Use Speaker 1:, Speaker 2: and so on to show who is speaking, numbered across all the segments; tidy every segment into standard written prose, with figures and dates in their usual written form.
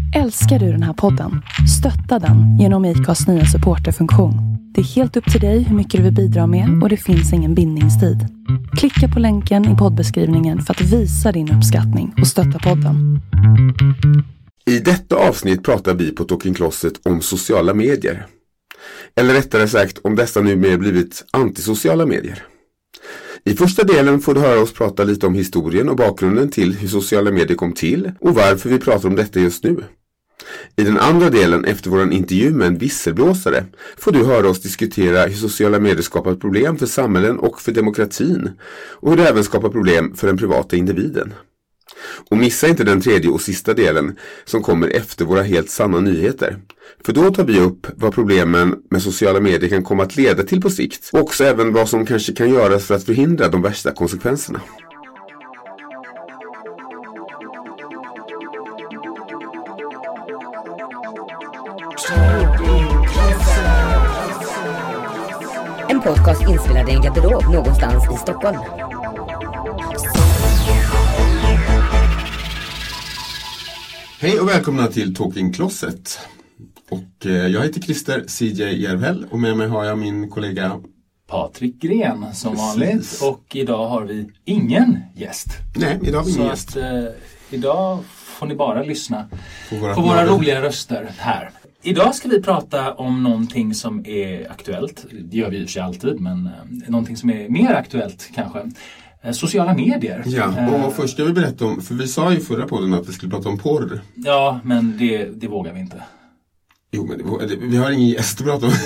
Speaker 1: Älskar du den här podden? Stötta den genom ICAs nya supporterfunktion. Det är helt upp till dig hur mycket du vill bidra med och det finns ingen bindningstid. Klicka på länken i poddbeskrivningen för att visa din uppskattning och stötta podden.
Speaker 2: I detta avsnitt pratar vi på Talking Closet om sociala medier. Eller rättare sagt om dessa numera blivit antisociala medier. I första delen får du höra oss prata lite om historien och bakgrunden till hur sociala medier kom till och varför vi pratar om detta just nu. I den andra delen efter vår intervju med en visselblåsare får du höra oss diskutera hur sociala medier skapar problem för samhällen och för demokratin och hur det även skapar problem för den privata individen. Och missa inte den tredje och sista delen som kommer efter våra helt sanna nyheter. För då tar vi upp vad problemen med sociala medier kan komma att leda till på sikt och också även vad som kanske kan göras för att förhindra de värsta konsekvenserna.
Speaker 3: En podcast inspelad i en garderob någonstans i Stockholm.
Speaker 2: Hej och välkomna till Talking Closet. Och jag heter Christer CJ Järvell och med mig har jag min kollega
Speaker 4: Patrik Gren som vanligt. Och idag har vi ingen gäst.
Speaker 2: Nej, idag har vi ingen gäst.
Speaker 4: Så idag får ni bara lyssna på våra roliga röster här. Idag ska vi prata om någonting som är aktuellt. Det gör vi i sig alltid, men någonting som är mer aktuellt kanske. Sociala medier.
Speaker 2: Ja, och först ska vi berätta om, för vi sa ju förra podden att vi skulle prata om porr.
Speaker 4: Ja, men det vågar vi inte.
Speaker 2: Jo, men vi har ingen gäst att prata om.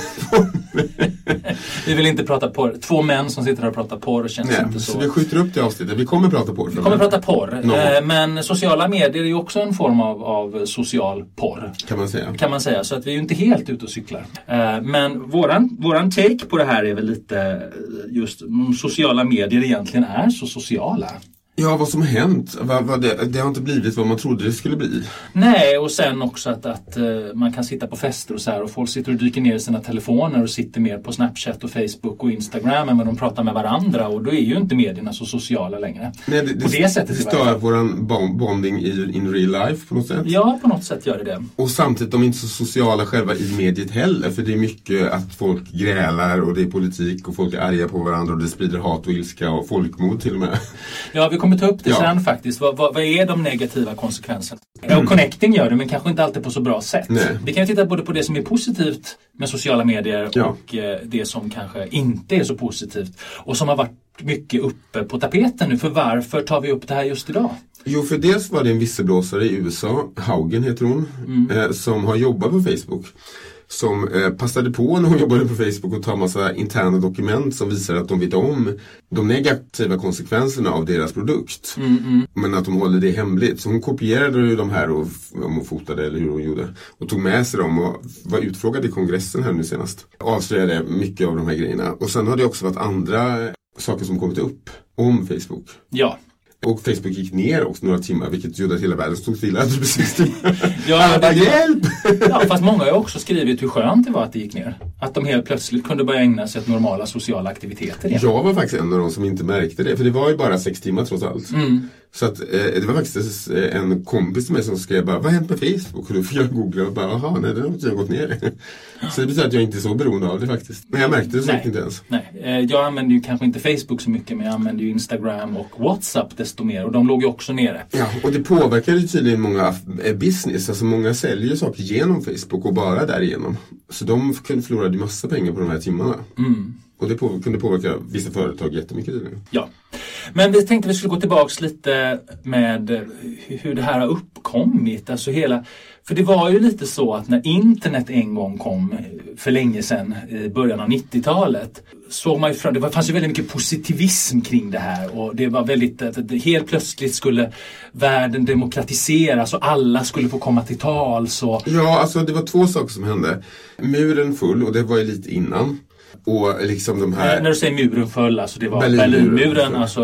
Speaker 4: Vi vill inte prata porr. Två män som sitter här och pratar porr känns inte så.
Speaker 2: Så vi skjuter upp det avsnittet. Vi kommer prata porr.
Speaker 4: Vi kommer prata porr. Men sociala medier är ju också en form av social porr. Kan man säga. Så att vi är ju inte helt ute och cyklar. Men våran take på det här är väl lite just sociala medier egentligen är så sociala.
Speaker 2: Ja, vad som har hänt. Det har inte blivit vad man trodde det skulle bli.
Speaker 4: Nej, och sen också att man kan sitta på fester och så här och folk sitter och dyker ner i sina telefoner och sitter mer på Snapchat och Facebook och Instagram än vad de pratar med varandra och då är ju inte medierna så sociala längre.
Speaker 2: Nej, det stör våran bonding in real life på något sätt.
Speaker 4: Ja, på något sätt gör det.
Speaker 2: Och samtidigt de är inte så sociala själva i mediet heller, för det är mycket att folk grälar och det är politik och folk är arga på varandra och det sprider hat och ilska och folkmord till och med.
Speaker 4: Ja, vi kommer ta upp det sen faktiskt. Vad är de negativa konsekvenserna? Och connecting gör det, men kanske inte alltid på så bra sätt.
Speaker 2: Nej.
Speaker 4: Vi kan titta både på det som är positivt med sociala medier och det som kanske inte är så positivt. Och som har varit mycket uppe på tapeten nu. För varför tar vi upp det här just idag?
Speaker 2: Jo, för dels var det en visselblåsare i USA, Haugen heter hon, som har jobbat på Facebook. Som passade på när hon jobbade på Facebook och ta massa interna dokument som visar att de vet om de negativa konsekvenserna av deras produkt. Men att de håller det hemligt. Så hon kopierade ju de här och om hon fotade eller hur hon gjorde. Och tog med sig dem och var utfrågad i kongressen här nu senast. Avslöjade mycket av de här grejerna. Och sen har det också varit andra saker som kommit upp om Facebook.
Speaker 4: Ja.
Speaker 2: Och Facebook gick ner också några timmar, vilket gjorde att hela världen stod stilla efter precis timmar.
Speaker 4: Hjälp! Ja, fast många har också skrivit hur skönt det var att det gick ner. Att de helt plötsligt kunde börja ägna sig åt normala sociala aktiviteter igen.
Speaker 2: Jag var faktiskt en av de som inte märkte det, för det var ju bara 6 timmar trots allt. Så att det var faktiskt en kompis till mig som skrev bara, vad har hänt med Facebook? Och då fick jag googla och bara, jaha, nej, det har inte gått ner. Så det betyder att jag inte är så beroende av det faktiskt. Men jag märkte det så inte ens.
Speaker 4: Nej, jag använder ju kanske inte Facebook så mycket, men jag använder ju Instagram och WhatsApp desto mer. Och de låg ju också nere. Ja,
Speaker 2: och det påverkar ju tydligen många business. Alltså många säljer saker genom Facebook och bara därigenom. Så de förlorade ju massa pengar på de här timmarna. Och det kunde påverka vissa företag jättemycket tydligen.
Speaker 4: Ja. Men vi tänkte att vi skulle gå tillbaka lite med hur det här har uppkommit. Alltså för det var ju lite så att när internet en gång kom för länge sedan i början av 90-talet såg man ju det fanns ju väldigt mycket positivism kring det här och det var väldigt att helt plötsligt skulle världen demokratiseras och alla skulle få komma till tals.
Speaker 2: Ja, alltså det var 2 saker som hände. Muren full och det var ju lite innan. Och liksom de här...
Speaker 4: När du säger muren föll, alltså det var Berlinmuren, alltså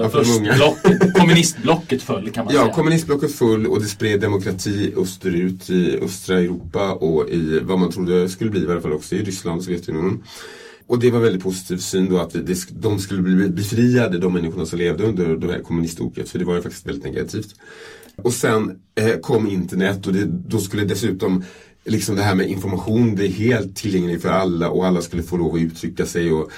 Speaker 4: kommunistblocket föll kan man säga.
Speaker 2: Ja, kommunistblocket föll och det spred demokrati österut i östra Europa och i vad man trodde skulle bli i alla fall också i Ryssland, Sovjetunionen. Och det var väldigt positiv syn då att de skulle bli befriade, de människorna som levde under det här kommunistoket, för det var ju faktiskt väldigt negativt. Och sen kom internet och då skulle dessutom liksom det här med information bli helt tillgänglig för alla och alla skulle få lov att uttrycka sig. Och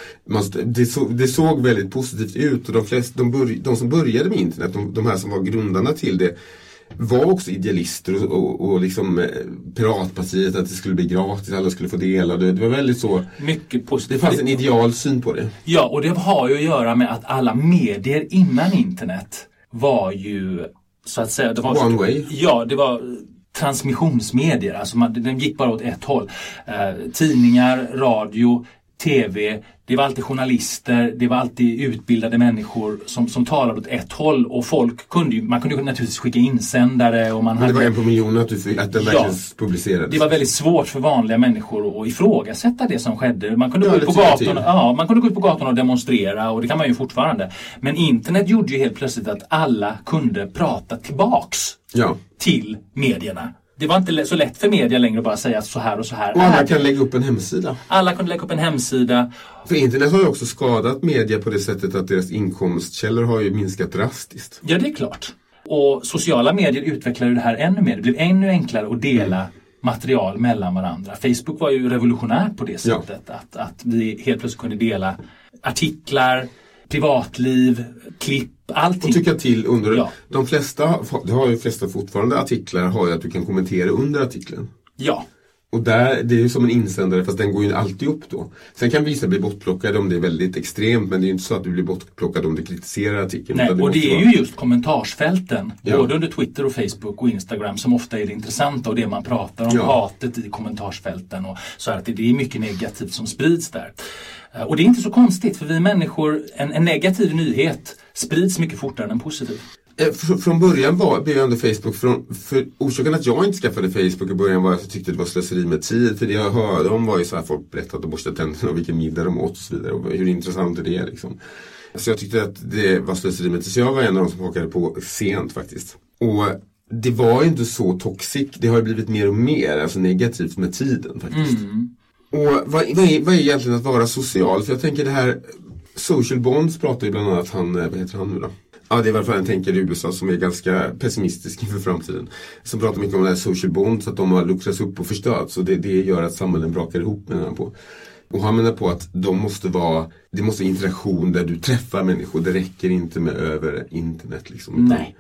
Speaker 2: det såg väldigt positivt ut och de som började med internet, de här som var grundarna till det, var också idealister och liksom Piratpartiet, att det skulle bli gratis, alla skulle få dela. Det var väldigt så
Speaker 4: mycket positivt.
Speaker 2: Det fanns en ideal syn på det.
Speaker 4: Ja, och det har ju att göra med att alla medier innan internet var ju så att säga, det var
Speaker 2: one way.
Speaker 4: Ja, det var transmissionsmedier, alltså den gick bara åt ett håll. Tidningar, radio, tv, det var alltid journalister, det var alltid utbildade människor som talade åt ett håll, och man kunde ju naturligtvis skicka insändare och
Speaker 2: det var 1 på miljonen att den verkligen publicerades.
Speaker 4: Det var väldigt svårt för vanliga människor att ifrågasätta det som skedde. Man kunde gå ut på gatorn och demonstrera, och det kan man ju fortfarande. Men internet gjorde ju helt plötsligt att alla kunde prata tillbaks till medierna. Det var inte så lätt för media längre att bara säga så här och så här.
Speaker 2: Och alla kan lägga upp en hemsida.
Speaker 4: Alla kunde lägga upp en hemsida.
Speaker 2: För internet har ju också skadat media på det sättet att deras inkomstkällor har ju minskat drastiskt.
Speaker 4: Ja, det är klart. Och sociala medier utvecklade det här ännu mer. Det blev ännu enklare att dela material mellan varandra. Facebook var ju revolutionärt på det sättet. Att vi helt plötsligt kunde dela artiklar, privatliv, klipp, allting.
Speaker 2: Och tycka till under de flesta, det har ju flesta fortfarande artiklar, har ju att du kan kommentera under artikeln.
Speaker 4: Ja.
Speaker 2: Och det är ju som en insändare, fast den går ju alltid upp då. Sen kan vissa bli bortplockade om det är väldigt extremt, men det är inte så att du blir bortplockad om du kritiserar artikeln.
Speaker 4: Nej, och det är ju just kommentarsfälten, både under Twitter och Facebook och Instagram, som ofta är det intressanta, och det man pratar om, hatet i kommentarsfälten, och så att det är mycket negativt som sprids där. Och det är inte så konstigt, för vi människor, en negativ nyhet sprids mycket fortare än en positiv.
Speaker 2: Från början blev jag under Facebook, för orsaken att jag inte skaffade Facebook i början var att jag tyckte det var slöseri med tid. För det jag hörde om var ju så här, folk berättade att de borstade tänderna och vilken middag de åt och så vidare. Och hur intressant är det liksom. Så jag tyckte att det var slöseri med tid. Så jag var en av de som hakade på sent faktiskt. Och det var ju inte så toxic. Det har ju blivit mer och mer alltså negativt med tiden faktiskt. Och vad är egentligen att vara social? För jag tänker det här, Social Bonds pratar ju bland annat vad heter han nu då? Ja, det är i alla fall en tänkare i USA som är ganska pessimistisk inför framtiden. Som pratar mycket om det här social bonds, att de har luckrats upp och förstörts. Och det gör att samhällen brakar ihop, menar han på. Och han menar på att det måste vara interaktion där du träffar människor. Det räcker inte med över internet liksom.
Speaker 4: Nej.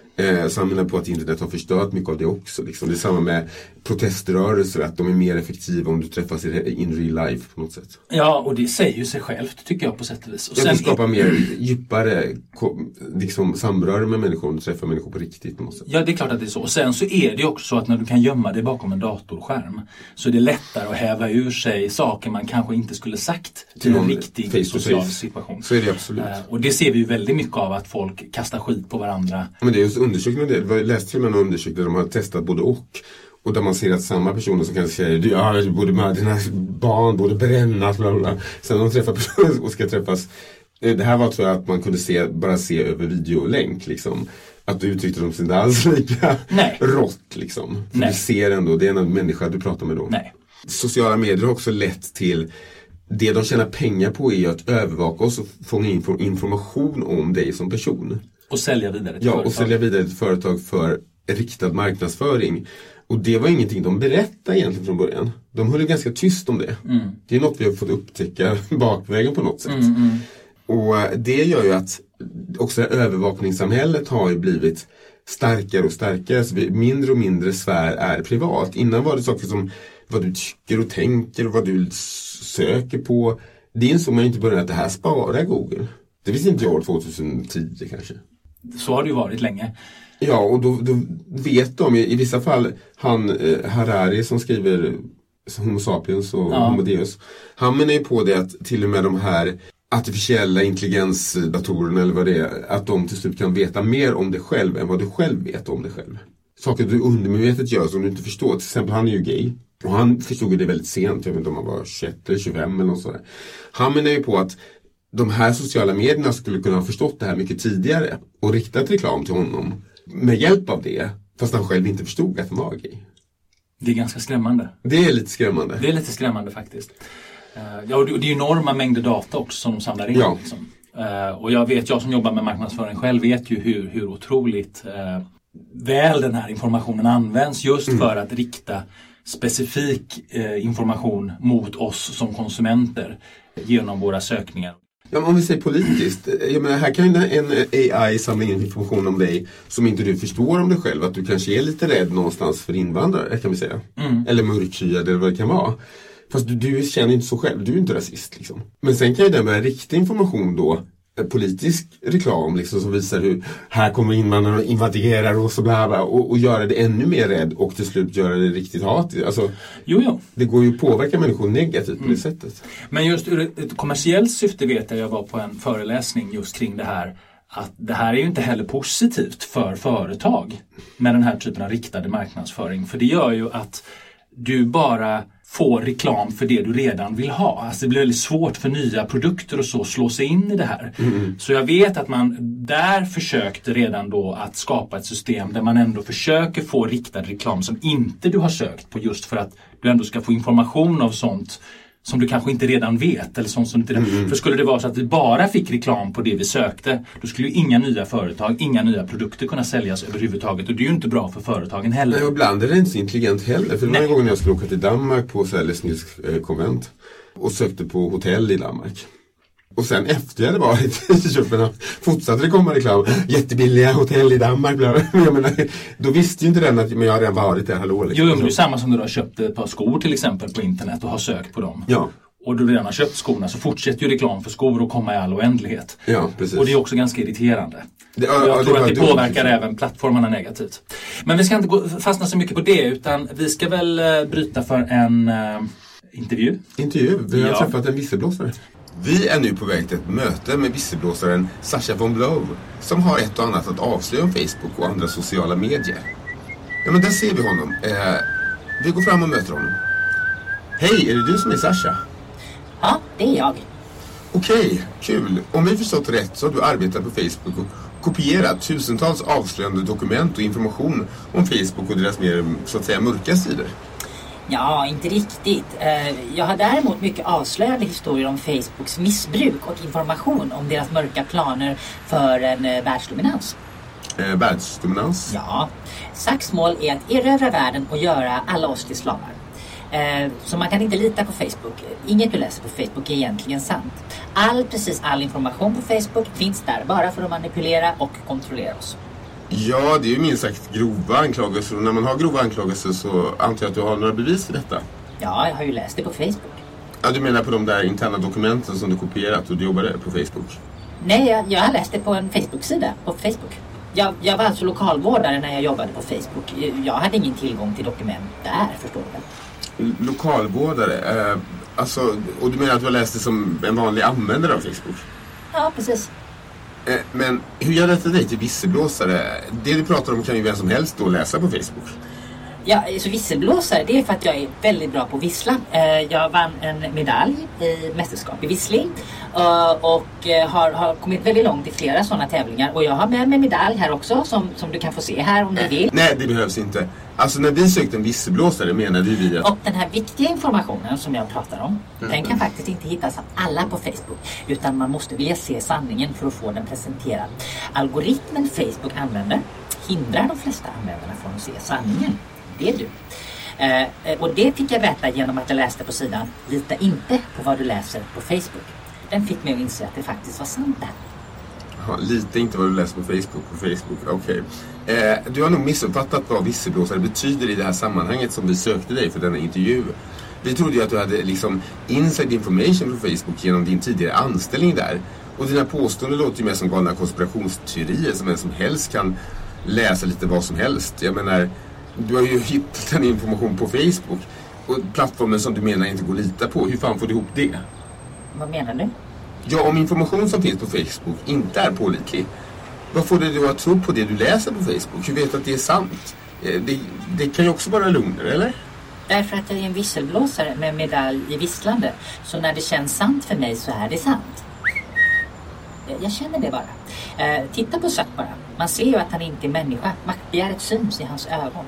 Speaker 2: Så han menar på att internet har förstört mycket av det också. Liksom. Det är samma med proteströrelser, att de är mer effektiva om du träffas in real life på något sätt.
Speaker 4: Ja, och det säger ju sig självt, tycker jag, på sätt och vis. Och
Speaker 2: sen skapar mer djupare liksom, samröre med människor om du träffar människor på riktigt på något sätt.
Speaker 4: Ja, det är klart att det är så. Och sen så är det också så att när du kan gömma dig bakom en datorskärm, så är det lättare att häva ur sig saker man kanske inte skulle sagt till en riktig social situation.
Speaker 2: Så är det absolut.
Speaker 4: Och det ser vi ju väldigt mycket av, att folk kastar skit på varandra.
Speaker 2: Men det är just undersökningar, jag läste till och med en undersökning där de har testat både och där man ser att samma personer som kanske säger dina barn borde brännas, bla bla. Sen de träffar personer och ska träffas. Det här var, tror jag, att man kunde bara se över videolänk liksom. Att du uttryckte dem inte alls lika rått liksom. För du ser ändå, det är en människa du pratar med då.
Speaker 4: Nej.
Speaker 2: Sociala medier har också lett till, det de tjänar pengar på är att övervaka oss och fånga in information om dig som person.
Speaker 4: Och sälja vidare till företag.
Speaker 2: Och sälja vidare till företag för riktad marknadsföring. Och det var ingenting de berättade egentligen från början. De höll ganska tyst om det. Det är något vi har fått upptäcka bakvägen på något sätt. Och det gör ju att också övervakningssamhället har ju blivit starkare och starkare. Så mindre och mindre sfär är privat. Innan var det saker som vad du tycker och tänker och vad du söker på. Det insåg man ju inte början att det här sparar Google. Det visste inte jag år 2010 kanske.
Speaker 4: Så har det ju varit länge.
Speaker 2: Ja, och då vet de i vissa fall, Harari som skriver Homo sapiens och Homo Deus, han menar ju på det att till och med de här artificiella intelligensdatorerna eller vad det är, att de till slut kan veta mer om dig själv än vad du själv vet om dig själv. Saker du undermedvetet gör som du inte förstår. Till exempel, han är ju gay. Och han förstod det väldigt sent, jag vet inte om han var 21 eller 25 eller något sådär. Han menar ju på att de här sociala medierna skulle kunna ha förstått det här mycket tidigare och riktat reklam till honom med hjälp av det, fast han själv inte förstod att han var gay.
Speaker 4: Det är ganska skrämmande.
Speaker 2: Det är lite skrämmande.
Speaker 4: Det är lite skrämmande faktiskt. Ja, och det är ju enorma mängder data också som de samlar in.
Speaker 2: Ja.
Speaker 4: Liksom. Och jag som jobbar med marknadsföring själv vet ju hur otroligt väl den här informationen används just för att rikta specifik information mot oss som konsumenter genom våra sökningar.
Speaker 2: Ja, om vi säger politiskt, jag menar, här kan ju en AI samla in information om dig som inte du förstår om dig själv, att du kanske är lite rädd någonstans för invandrare, kan vi säga. Eller mörkhyad eller vad det kan vara. Fast du känner inte så själv, du är inte rasist liksom. Men sen kan ju den börja rikta information då, politisk reklam liksom, som visar hur här kommer invandrare och invaderar och så bla bla, och göra det ännu mer rädd och till slut göra det riktigt hatigt. Alltså, det går ju att påverka människor negativt på det sättet.
Speaker 4: Men just ur ett kommersiellt syfte vet jag var på en föreläsning just kring det här, att det här är ju inte heller positivt för företag med den här typen av riktade marknadsföring, för det gör ju att du bara får reklam för det du redan vill ha. Alltså det blir väldigt svårt för nya produkter och så slå sig in i det här. Så jag vet att man där försökte redan då att skapa ett system där man ändå försöker få riktad reklam som inte du har sökt på, just för att du ändå ska få information av sånt som du kanske inte redan vet. Eller sånt som inte För skulle det vara så att vi bara fick reklam på det vi sökte, då skulle ju inga nya företag, inga nya produkter kunna säljas överhuvudtaget. Och det är ju inte bra för företagen heller.
Speaker 2: Nej, och ibland är det inte så intelligent heller. För några gånger jag skulle åka till Danmark på Sällesnils konvent och sökte på hotell i Danmark. Och sen efter jag hade varit i Köpenhamn fortsatte det komma reklam. Jättebilliga hotell i Danmark. Jag menar, då visste ju inte den att men jag har redan varit där. Hallå, liksom.
Speaker 4: Jo, men det är samma som när du har köpt ett par skor till exempel på internet och har sökt på dem.
Speaker 2: Ja.
Speaker 4: Och du redan har köpt skorna, så fortsätter ju reklam för skor och komma i all oändlighet.
Speaker 2: Ja, precis.
Speaker 4: Och det är också ganska irriterande. Jag tror att det påverkar även plattformarna negativt. Men vi ska inte fastna så mycket på det, utan vi ska väl bryta för en intervju.
Speaker 2: Vi har träffat en visselblåsare. Vi är nu på väg till ett möte med visselblåsaren Sascha von Blow, som har ett och annat att avslöja om Facebook och andra sociala medier. Ja, men där ser vi honom. Vi går fram och möter honom. Hej, är det du som är Sascha?
Speaker 5: Ja, det är jag.
Speaker 2: Okej, kul. Om vi förstått rätt så har du arbetat på Facebook och kopierat tusentals avslöjande dokument och information om Facebook och deras mer, så att säga, mörka sidor.
Speaker 5: Ja, inte riktigt. Jag har däremot mycket avslöjande historier om Facebooks missbruk och information om deras mörka planer för en världsdominans.
Speaker 2: Världsdominans?
Speaker 5: Ja. Zucks mål är att erövra världen och göra alla oss till slavar. Så man kan inte lita på Facebook. Inget du läser på Facebook är egentligen sant. Precis all information på Facebook finns där bara för att manipulera och kontrollera oss.
Speaker 2: Ja, det är ju minst sagt grova anklagelser. Och när man har grova anklagelser så antar jag att du har några bevis för detta.
Speaker 5: Ja, jag har ju läst det på Facebook.
Speaker 2: Ja, du menar på de där interna dokumenten som du kopierat och du jobbade på Facebook?
Speaker 5: Nej, jag har läst det på en Facebook-sida på Facebook. Jag var alltså lokalvårdare när jag jobbade på Facebook. Jag hade ingen tillgång till dokument där, förstår du.
Speaker 2: Lokalvårdare? Alltså, och du menar att du har läst det som en vanlig användare av Facebook?
Speaker 5: Ja, precis.
Speaker 2: Men hur gör detta dig till visselblåsare? Det du pratar om kan ju vem som helst då läsa på Facebook.
Speaker 5: Ja, så visselblåsare, det är för att jag är väldigt bra på att vissla. Jag vann en medalj i mästerskap i vissling och har kommit väldigt långt i flera sådana tävlingar. Och jag har med mig medalj här också som du kan få se här om du vill.
Speaker 2: Nej, det behövs inte. Alltså när vi sökte en visselblåsare menade vi att...
Speaker 5: Och den här viktiga informationen som jag pratar om, den kan faktiskt inte hittas av alla på Facebook. Utan man måste vilja se sanningen för att få den presenterad. Algoritmen Facebook använder hindrar de flesta användarna från att se sanningen. Det är du. Och det fick jag veta genom att jag läste på sidan "Lita inte på vad du läser på Facebook". Den fick mig att inse att det faktiskt var sant där.
Speaker 2: Ja, lita inte vad du läser på Facebook. Okej. Du har nog missuppfattat vad visselblåsare betyder i det här sammanhanget som vi sökte dig för denna intervju. Vi trodde ju att du hade liksom inside information på Facebook genom din tidigare anställning där. Och dina påståenden låter ju mer som galna konspirationsteorier som vem som helst kan läsa lite vad som helst. Jag menar, du har ju hittat den information på Facebook och plattformen som du menar inte går att lita på. Hur fan får du ihop det?
Speaker 5: Vad menar du?
Speaker 2: Ja, om information som finns på Facebook inte är pålitlig, vad får du att tro på det du läser på Facebook? Hur vet att det är sant? Det kan ju också vara lögner, eller?
Speaker 5: Därför att jag är en visselblåsare med medalj i visslande. Så när det känns sant för mig så är det sant. Jag känner det bara. Titta på Zuck bara. Man ser ju att han inte är människa. Maktbegäret syns i hans ögon.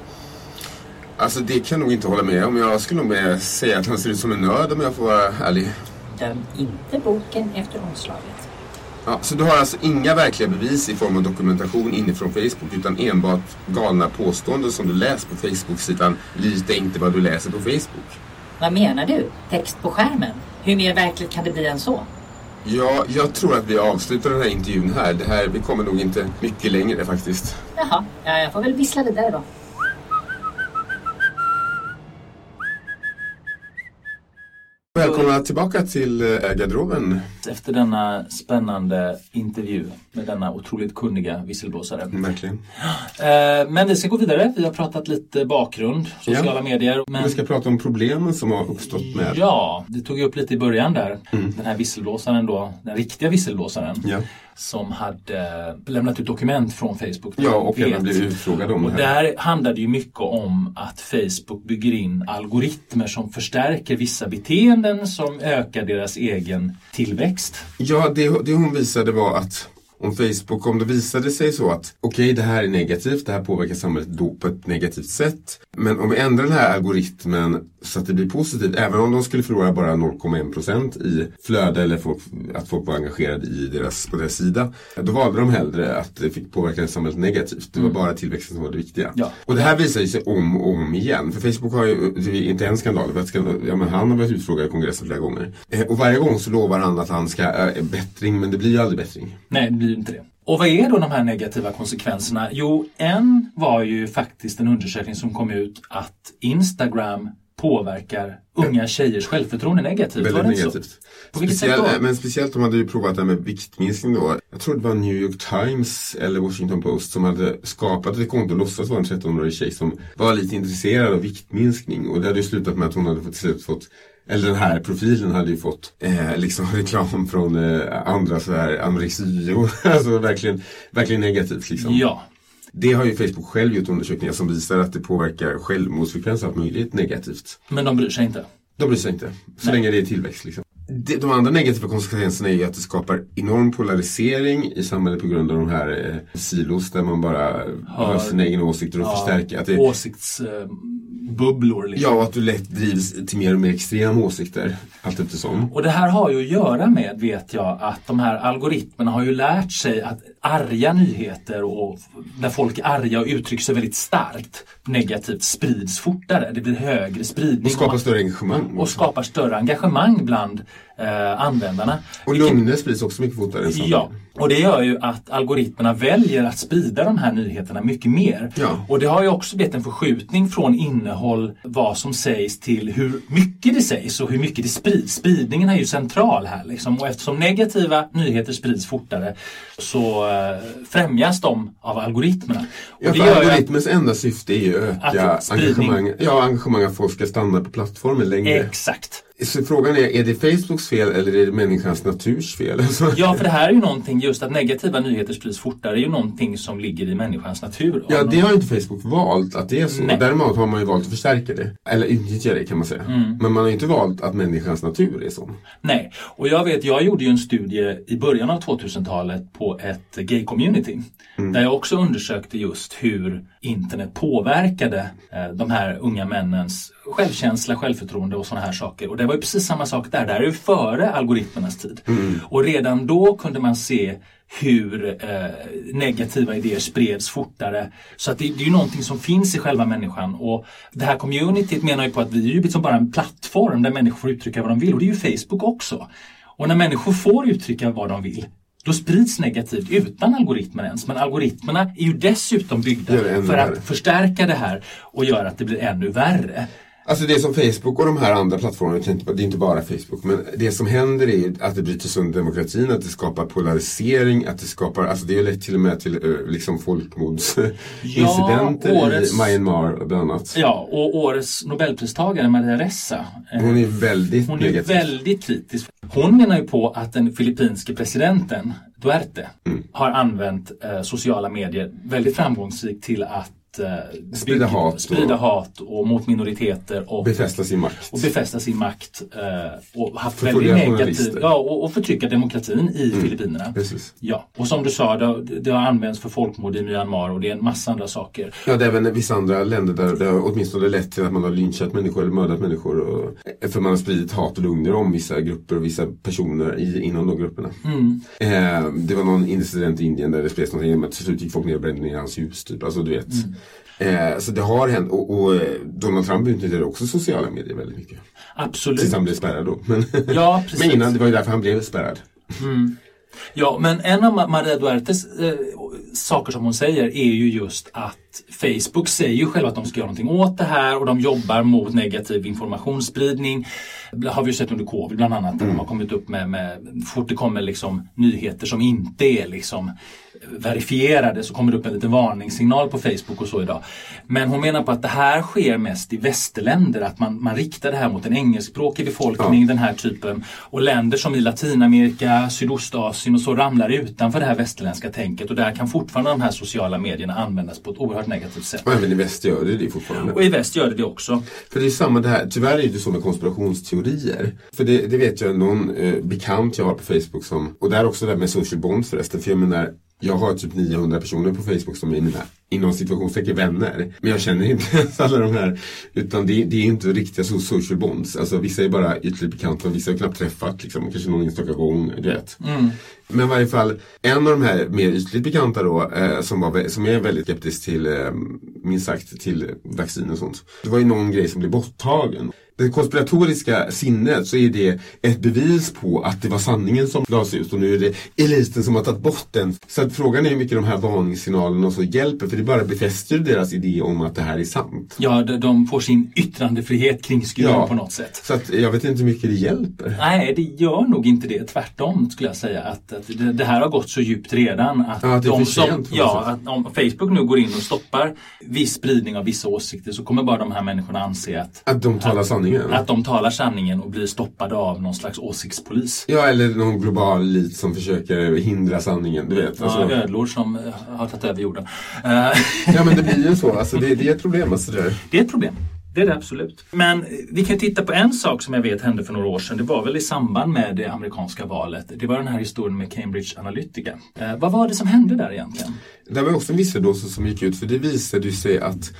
Speaker 2: Alltså det kan jag nog inte hålla med om. Jag skulle nog säga att han ser ut som en nörd om jag får vara ärlig.
Speaker 5: Döm inte boken efter omslaget.
Speaker 2: Ja, så du har alltså inga verkliga bevis i form av dokumentation inifrån Facebook utan enbart galna påståenden som du läser på Facebook-sidan. Lita inte vad du läser på Facebook.
Speaker 5: Vad menar du? Text på skärmen? Hur mer verkligt kan det bli än så?
Speaker 2: Ja, jag tror att vi avslutar den här intervjun här. Vi kommer nog inte mycket längre faktiskt.
Speaker 5: Jaha, jag får väl vissla vidare då.
Speaker 2: Välkomna tillbaka till garderoben.
Speaker 4: Efter denna spännande intervju med denna otroligt kunniga visselblåsare.
Speaker 2: Verkligen.
Speaker 4: Men vi ska gå vidare. Vi har pratat lite bakgrund, sociala medier. Men...
Speaker 2: Vi ska prata om problemen som har uppstått med...
Speaker 4: Ja, det tog jag upp lite i början där. Den här visselblåsaren då, den riktiga visselblåsaren.
Speaker 2: Ja.
Speaker 4: Som hade lämnat ut dokument från Facebook.
Speaker 2: Ja, och även blev utfrågad om det här.
Speaker 4: Och där handlade det ju mycket om att Facebook bygger in algoritmer som förstärker vissa beteenden som ökar deras egen tillväxt.
Speaker 2: Ja, det hon visade var att om Facebook, om det visade sig så att okej, det här är negativt, det här påverkar samhället då på ett negativt sätt. Men om vi ändrar den här algoritmen så att det blir positivt, även om de skulle förlora bara 0,1% i flöde eller att folk var engagerade på deras sida, då valde de hellre att det fick påverka samhället negativt. Det var bara tillväxten som var det viktiga. Ja. Och det här visar sig om och om igen. För Facebook har ju, det är inte en skandal, men han har varit utfrågad i kongressen flera gånger. Och varje gång så lovar han att han ska bättring, men det blir ju aldrig bättring.
Speaker 4: Nej, det blir inte det. Och vad är då de här negativa konsekvenserna? Jo, en var ju faktiskt en undersökning som kom ut att Instagram påverkar unga tjejers självförtroende negativt.
Speaker 2: Väldigt negativt.
Speaker 4: På vilket sätt då?
Speaker 2: Men speciellt de hade ju provat det med viktminskning då. Jag tror det var New York Times eller Washington Post som hade skapat ett konto och låtsas vara en 13-årig tjej som var lite intresserad av viktminskning. Och det hade ju slutat med att hon hade fått eller den här profilen hade ju fått liksom reklam från andra sådär anorexior. Alltså verkligen negativt liksom.
Speaker 4: Ja.
Speaker 2: Det har ju Facebook själv gjort undersökningar som visar att det påverkar självmordsfrekvens allt möjligt negativt.
Speaker 4: Men de bryr sig inte?
Speaker 2: De bryr sig inte. Så länge det är tillväxt liksom. De andra negativa konsekvenserna är ju att det skapar enorm polarisering i samhället på grund av de här silos där man bara har sina egna åsikter och förstärker. Att
Speaker 4: åsiktsbubblor. Liksom.
Speaker 2: Ja, och att du lätt drivs till mer och mer extrema åsikter allt eftersom.
Speaker 4: Och det här har ju att göra med, vet jag, att de här algoritmerna har ju lärt sig att arga nyheter och när folk är arga och uttrycker sig väldigt starkt negativt sprids fortare. Det blir högre spridning.
Speaker 2: Och skapar större engagemang.
Speaker 4: Och skapar större engagemang bland användarna.
Speaker 2: Och lögner sprids också mycket fortare än sanningen.
Speaker 4: Ja, och det gör ju att algoritmerna väljer att sprida de här nyheterna mycket mer.
Speaker 2: Ja.
Speaker 4: Och det har ju också blivit en förskjutning från innehåll, vad som sägs, till hur mycket det sägs och hur mycket det sprids. Spridningen är ju central här liksom. Och eftersom negativa nyheter sprids fortare så främjas de av algoritmerna. Och
Speaker 2: ja,
Speaker 4: det
Speaker 2: för algoritmens enda syfte är ju att öka engagemang att folk ska stanna på plattformen längre.
Speaker 4: Exakt.
Speaker 2: Så frågan är det Facebooks fel eller är det människans naturs fel?
Speaker 4: Ja, för det här är ju någonting, just att negativa nyheter sprids fortare, är ju någonting som ligger i människans natur.
Speaker 2: Ja, det har ju inte Facebook valt att det är så. Däremot har man ju valt att förstärka det. Eller utnyttja det kan man säga. Men man har ju inte valt att människans natur är så.
Speaker 4: Nej, och jag gjorde ju en studie i början av 2000-talet på ett gay-community. Där jag också undersökte just hur internet påverkade de här unga männens självkänsla, självförtroende och sådana här saker. Och det var ju precis samma sak där. Där är ju före algoritmernas tid. Och redan då kunde man se hur negativa idéer spreds fortare. Så att det är ju någonting som finns i själva människan. Och det här communityt menar ju på att vi är ju liksom bara en plattform där människor får uttrycka vad de vill. Och det är ju Facebook också. Och när människor får uttrycka vad de vill, då sprids negativt utan algoritmer ens. Men algoritmerna är ju dessutom byggda för att förstärka det här och göra att det blir ännu värre.
Speaker 2: Alltså det som Facebook och de här andra plattformarna, det är inte bara Facebook, men det som händer är ju att det bryter sönder demokratin, att det skapar polarisering, att det skapar, alltså det är lett till och med till liksom folkmordsincidenter i Myanmar bland annat.
Speaker 4: Ja, och årets Nobelpristagare Maria Ressa,
Speaker 2: hon är väldigt
Speaker 4: kritisk. Hon menar ju på att den filippinske presidenten Duarte har använt sociala medier väldigt framgångsrikt till att
Speaker 2: sprida
Speaker 4: hat och mot minoriteter och
Speaker 2: befästa sin makt.
Speaker 4: Och haft väldigt negativ och förtrycka demokratin i Filippinerna.
Speaker 2: Precis.
Speaker 4: Ja, och som du sa, det har använts för folkmord i Myanmar och det är en massa andra saker.
Speaker 2: Ja, det är även vissa andra länder där det har åtminstone lett till att man har lynchat människor eller mördat människor för man har spridit hat och lögner om vissa grupper och vissa personer inom de grupperna. Det var någon incident i Indien där det spreds någonting men till slut gick folk ner och brände ner hans hus typ. Alltså du vet. Så det har hänt och Donald Trump utnyttjade också sociala medier väldigt mycket.
Speaker 4: Absolut.
Speaker 2: Tills han blev spärrad då. Men,
Speaker 4: ja, precis.
Speaker 2: Men innan, det var ju därför han blev spärrad.
Speaker 4: Ja, men en av Maria Duertes saker som hon säger är ju just att Facebook säger ju själva att de ska göra någonting åt det här och de jobbar mot negativ informationsspridning. Har vi ju sett under covid bland annat där de har kommit upp med fort det kommer liksom nyheter som inte är liksom verifierade så kommer det upp en liten varningssignal på Facebook och så idag. Men hon menar på att det här sker mest i västerländer, att man riktar det här mot en engelskspråkig befolkning, den här typen, och länder som i Latinamerika, Sydostasien och så ramlar utanför det här västerländska tänket och där kan fortfarande de här sociala medierna användas på ett oerhört negativt sätt.
Speaker 2: Och även i väst gör det fortfarande.
Speaker 4: Och i väst gör det också.
Speaker 2: För det är samma det här, tyvärr är det så med konspirationsteorier. För det vet jag någon bekant jag har på Facebook som, och där också det med social bonds förresten, för jag menar jag har typ 900 personer på Facebook som är mina inom situationstecken vänner. Men jag känner inte ens alla de här. Utan det är inte riktiga social bonds. Alltså vissa är bara ytterligt bekanta och vissa har knappt träffat. Liksom, kanske någon enstaka gång, du vet. Men i varje fall, en av de här mer ytterligt bekanta då, som är väldigt skeptisk till, minst sagt, till vaccin och sånt. Det var ju någon grej som blev borttagen. Det konspiratoriska sinnet så är det ett bevis på att det var sanningen som lades ut och nu är det eliten som har tagit bort den. Så att frågan är hur mycket de här varningssignalerna och så hjälper, för det bara befäster deras idé om att det här är sant. Ja,
Speaker 4: de får sin yttrandefrihet kringskuren på något sätt.
Speaker 2: Så att jag vet inte hur mycket det hjälper.
Speaker 4: Nej, det gör nog inte det. Tvärtom skulle jag säga att det här har gått så djupt redan att att om Facebook nu går in och stoppar viss spridning av vissa åsikter så kommer bara de här människorna anse att
Speaker 2: de talar sanningen.
Speaker 4: Att de talar sanningen och blir stoppade av någon slags åsiktspolis.
Speaker 2: Ja, eller någon global elit som försöker hindra sanningen, du vet.
Speaker 4: Alltså. Ja, ödlor som har tagit över jorden.
Speaker 2: Ja, men det blir ju så. Alltså, det är ett problem. Alltså,
Speaker 4: det är ett problem. Det är det absolut. Men vi kan titta på en sak som jag vet hände för några år sedan. Det var väl i samband med det amerikanska valet. Det var den här historien med Cambridge Analytica. Vad var det som hände där egentligen?
Speaker 2: Det var också en visselblåsare som gick ut. För det visade ju sig att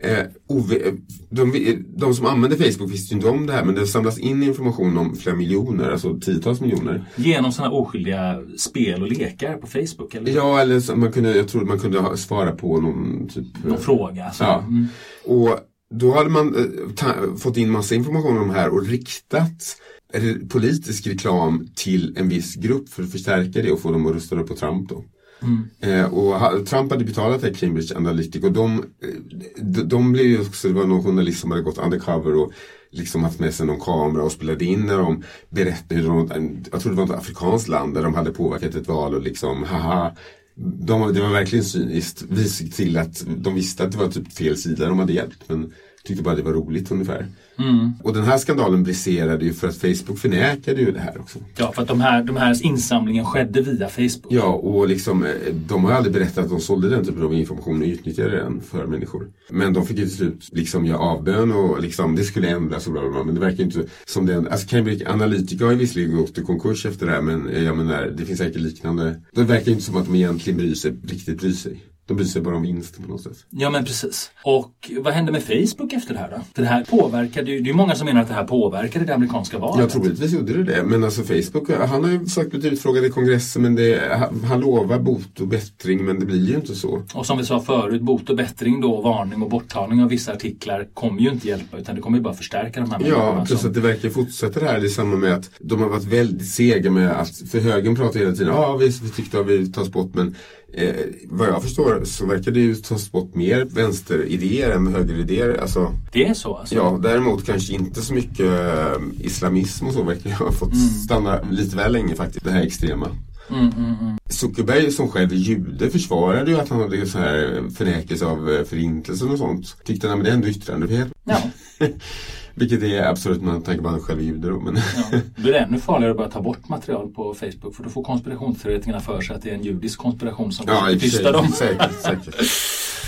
Speaker 2: de som använder Facebook visste ju inte om det här, men det samlas in information om flera miljoner, alltså tiotals miljoner.
Speaker 4: Genom sådana oskyldiga spel och lekar på Facebook? Eller?
Speaker 2: Ja, eller så jag tror man kunde svara på någon
Speaker 4: fråga. Alltså.
Speaker 2: Ja. Och då hade man fått in massa information om det här och riktat politisk reklam till en viss grupp för att förstärka det och få dem att rösta på Trump då. Och Trump hade betalat till Cambridge Analytica och de blev ju också, det var någon journalist som hade gått undercover och liksom haft med sig någon kamera och spelade in när de berättade hur jag tror det var ett afrikanskt land där de hade påverkat ett val och liksom det var verkligen cyniskt, visade till att de visste att det var typ fel sida de hade hjälpt, men tyckte bara det var roligt ungefär. Och den här skandalen briserade ju för att Facebook förnekade ju det här också.
Speaker 4: Ja, för att de här insamlingen skedde via Facebook.
Speaker 2: Ja, och liksom, de har aldrig berättat att de sålde den typen av information och utnyttjade den för människor. Men de fick ju till slut liksom göra avbön och liksom, det skulle ändras och bla bla bla. Men det verkar inte som det. Alltså Cambridge Analytica har ju visserligen gått i konkurs efter det här, men jag menar, det finns säkert liknande. Det verkar inte som att de egentligen riktigt bryr sig. De bryr sig bara om vinsten på något sätt.
Speaker 4: Ja, men precis. Och vad hände med Facebook efter det här då? Det här påverkade ju, det är många som menar att det här påverkade det amerikanska valet.
Speaker 2: Jag tror troligtvis gjorde det. Men alltså Facebook, han har ju sagt blivit utfrågad i kongressen, men han lovar bot och bättring, men det blir ju inte så.
Speaker 4: Och som vi sa förut, bot och bättring då, varning och borttagning av vissa artiklar kommer ju inte hjälpa, utan det kommer ju bara förstärka de här människorna.
Speaker 2: Ja, plus att det verkar fortsätta det här. Det är samma med att de har varit väldigt sega med att, för högern pratar hela tiden, vi tyckte att vi tas bort, men vad jag förstår så verkar det ju tas bort mer vänsteridéer än högeridéer. Alltså,
Speaker 4: det är så alltså?
Speaker 2: Ja, däremot kanske inte så mycket islamism och så verkar jag ha fått stanna lite väl länge faktiskt, det här extrema. Zuckerberg som själv är jude försvarade ju att han hade så här förnekelse av förintelsen och sånt. Tyckte han, men det är ändå yttrandefrihet.
Speaker 4: Ja.
Speaker 2: Vilket är absolut, man tänker bara själv är jude då. Men
Speaker 4: ja, det blir ännu farligare att bara ta bort material på Facebook, för då får konspirationsteoretikerna för sig att det är en judisk konspiration som tystar dem.
Speaker 2: Säkert.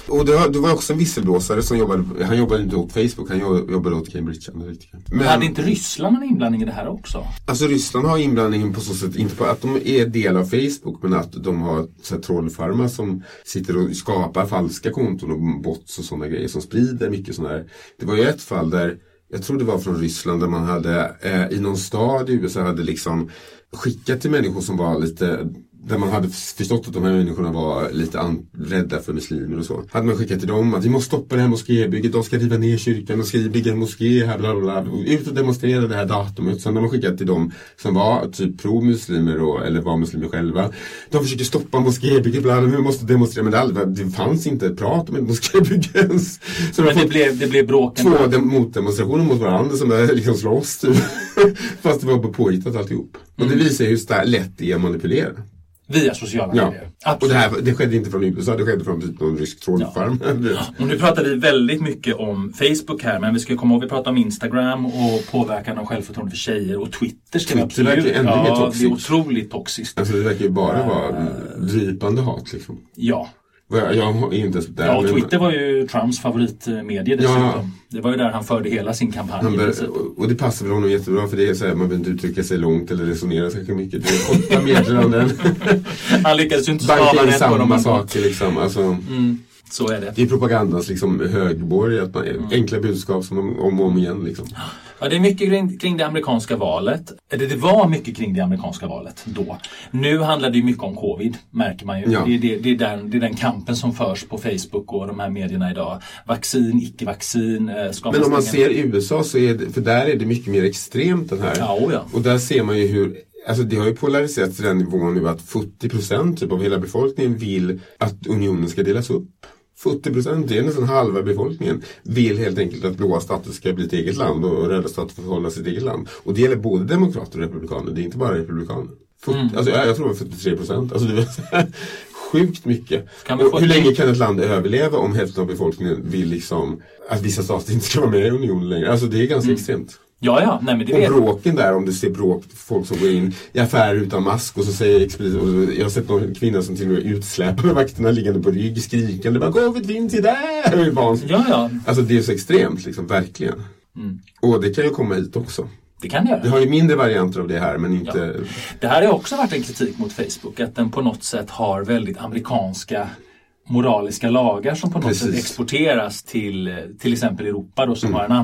Speaker 2: Och det var också en visselblåsare som han jobbade inte åt Facebook, han jobbade åt Cambridge Analytica.
Speaker 4: Men hade inte Ryssland en inblandning i det här också?
Speaker 2: Alltså Ryssland har inblandningen på så sätt, inte på att de är del av Facebook, men att de har så här trollfarmar som sitter och skapar falska konton och bots och sådana grejer som sprider mycket sådana här. Det var ju ett fall där, jag tror det var från Ryssland, där man hade i någon stad i USA hade liksom skickat till människor som var lite, där man hade förstått att de här människorna var lite rädda för muslimer och så. Hade man skickat till dem att vi måste stoppa det här moskébygget, de ska riva ner kyrkan och ska bygga en moské här, bla bla bla. Ut och demonstrera det här datumet. Sen har man skickat till dem som var typ pro-muslimer eller var muslimer själva. De försöker stoppa moskébygget, bla bla, vi måste demonstrera, men det fanns inte ett prat om ett moskébygge ens. Så
Speaker 4: men det blev bråken.
Speaker 2: Två motdemonstrationer mot varandra som liksom slåss typ. Fast det var bara påhittat alltihop. Och det visar hur lätt det är att manipulera.
Speaker 4: Via sociala medier.
Speaker 2: Absolut. Och det skedde inte från USA, det skedde från typ någon rysk trollfarm.
Speaker 4: Ja. Och nu pratar vi väldigt mycket om Facebook här, men vi ska komma ihåg, vi pratar om Instagram och påverkan av självförtroende för tjejer, och Twitter ska vi absolut.
Speaker 2: Det är
Speaker 4: otroligt toxiskt.
Speaker 2: Alltså det verkar ju bara vara drypande hat liksom.
Speaker 4: Ja.
Speaker 2: Jag är inte så där.
Speaker 4: Ja, och Twitter var ju Trumps favoritmedie dessutom. Ja. Det var ju där han förde hela sin kampanj.
Speaker 2: Och det passar väl honom jättebra, för det är så här, man behöver inte uttrycka sig långt eller resonera så mycket. Det är 8 meddelanden.
Speaker 4: Han lyckades ju inte stava rätt på
Speaker 2: samma saker liksom. Alltså,
Speaker 4: så är det.
Speaker 2: Det är propagandans liksom högborg, att man enkla budskap som om och om igen liksom.
Speaker 4: Ja, det är mycket kring det amerikanska valet. Det var mycket kring det amerikanska valet då. Nu handlar det ju mycket om covid, märker man ju. Ja. Det är den kampen som förs på Facebook och de här medierna idag. Vaccin, icke-vaccin.
Speaker 2: Men om man ser i USA så är det, för där är det mycket mer extremt den här.
Speaker 4: Ja.
Speaker 2: Och där ser man ju hur, alltså det har ju polariserats till den nivån nu att 40% typ av hela befolkningen vill att unionen ska delas upp. 40%, det är nästan halva befolkningen, vill helt enkelt att blåa stater ska bli ett eget land och röda stater får hålla sitt eget land. Och det gäller både demokrater och republikaner, det är inte bara republikaner. Alltså, jag tror det var 43%. Alltså det var sjukt mycket. Hur länge kan ett land överleva om hälften av befolkningen vill liksom att vissa stater inte ska vara med i unionen längre? Alltså det är ganska extremt.
Speaker 4: Ja. Nej, men det
Speaker 2: och bråken där, om du ser bråk, folk som går in i affärer utan mask och så säger expediten, jag har sett någon kvinna som till och med utsläpar med vakterna liggande på rygg, skrikande, bara covid vind till där!
Speaker 4: Ja.
Speaker 2: Alltså det är så extremt liksom, verkligen. Och det kan ju komma hit också.
Speaker 4: Det kan det göra.
Speaker 2: Vi har ju mindre varianter av det här, men inte...
Speaker 4: Ja. Det här har också varit en kritik mot Facebook, att den på något sätt har väldigt amerikanska moraliska lagar som på något sätt exporteras till exempel Europa då, som har en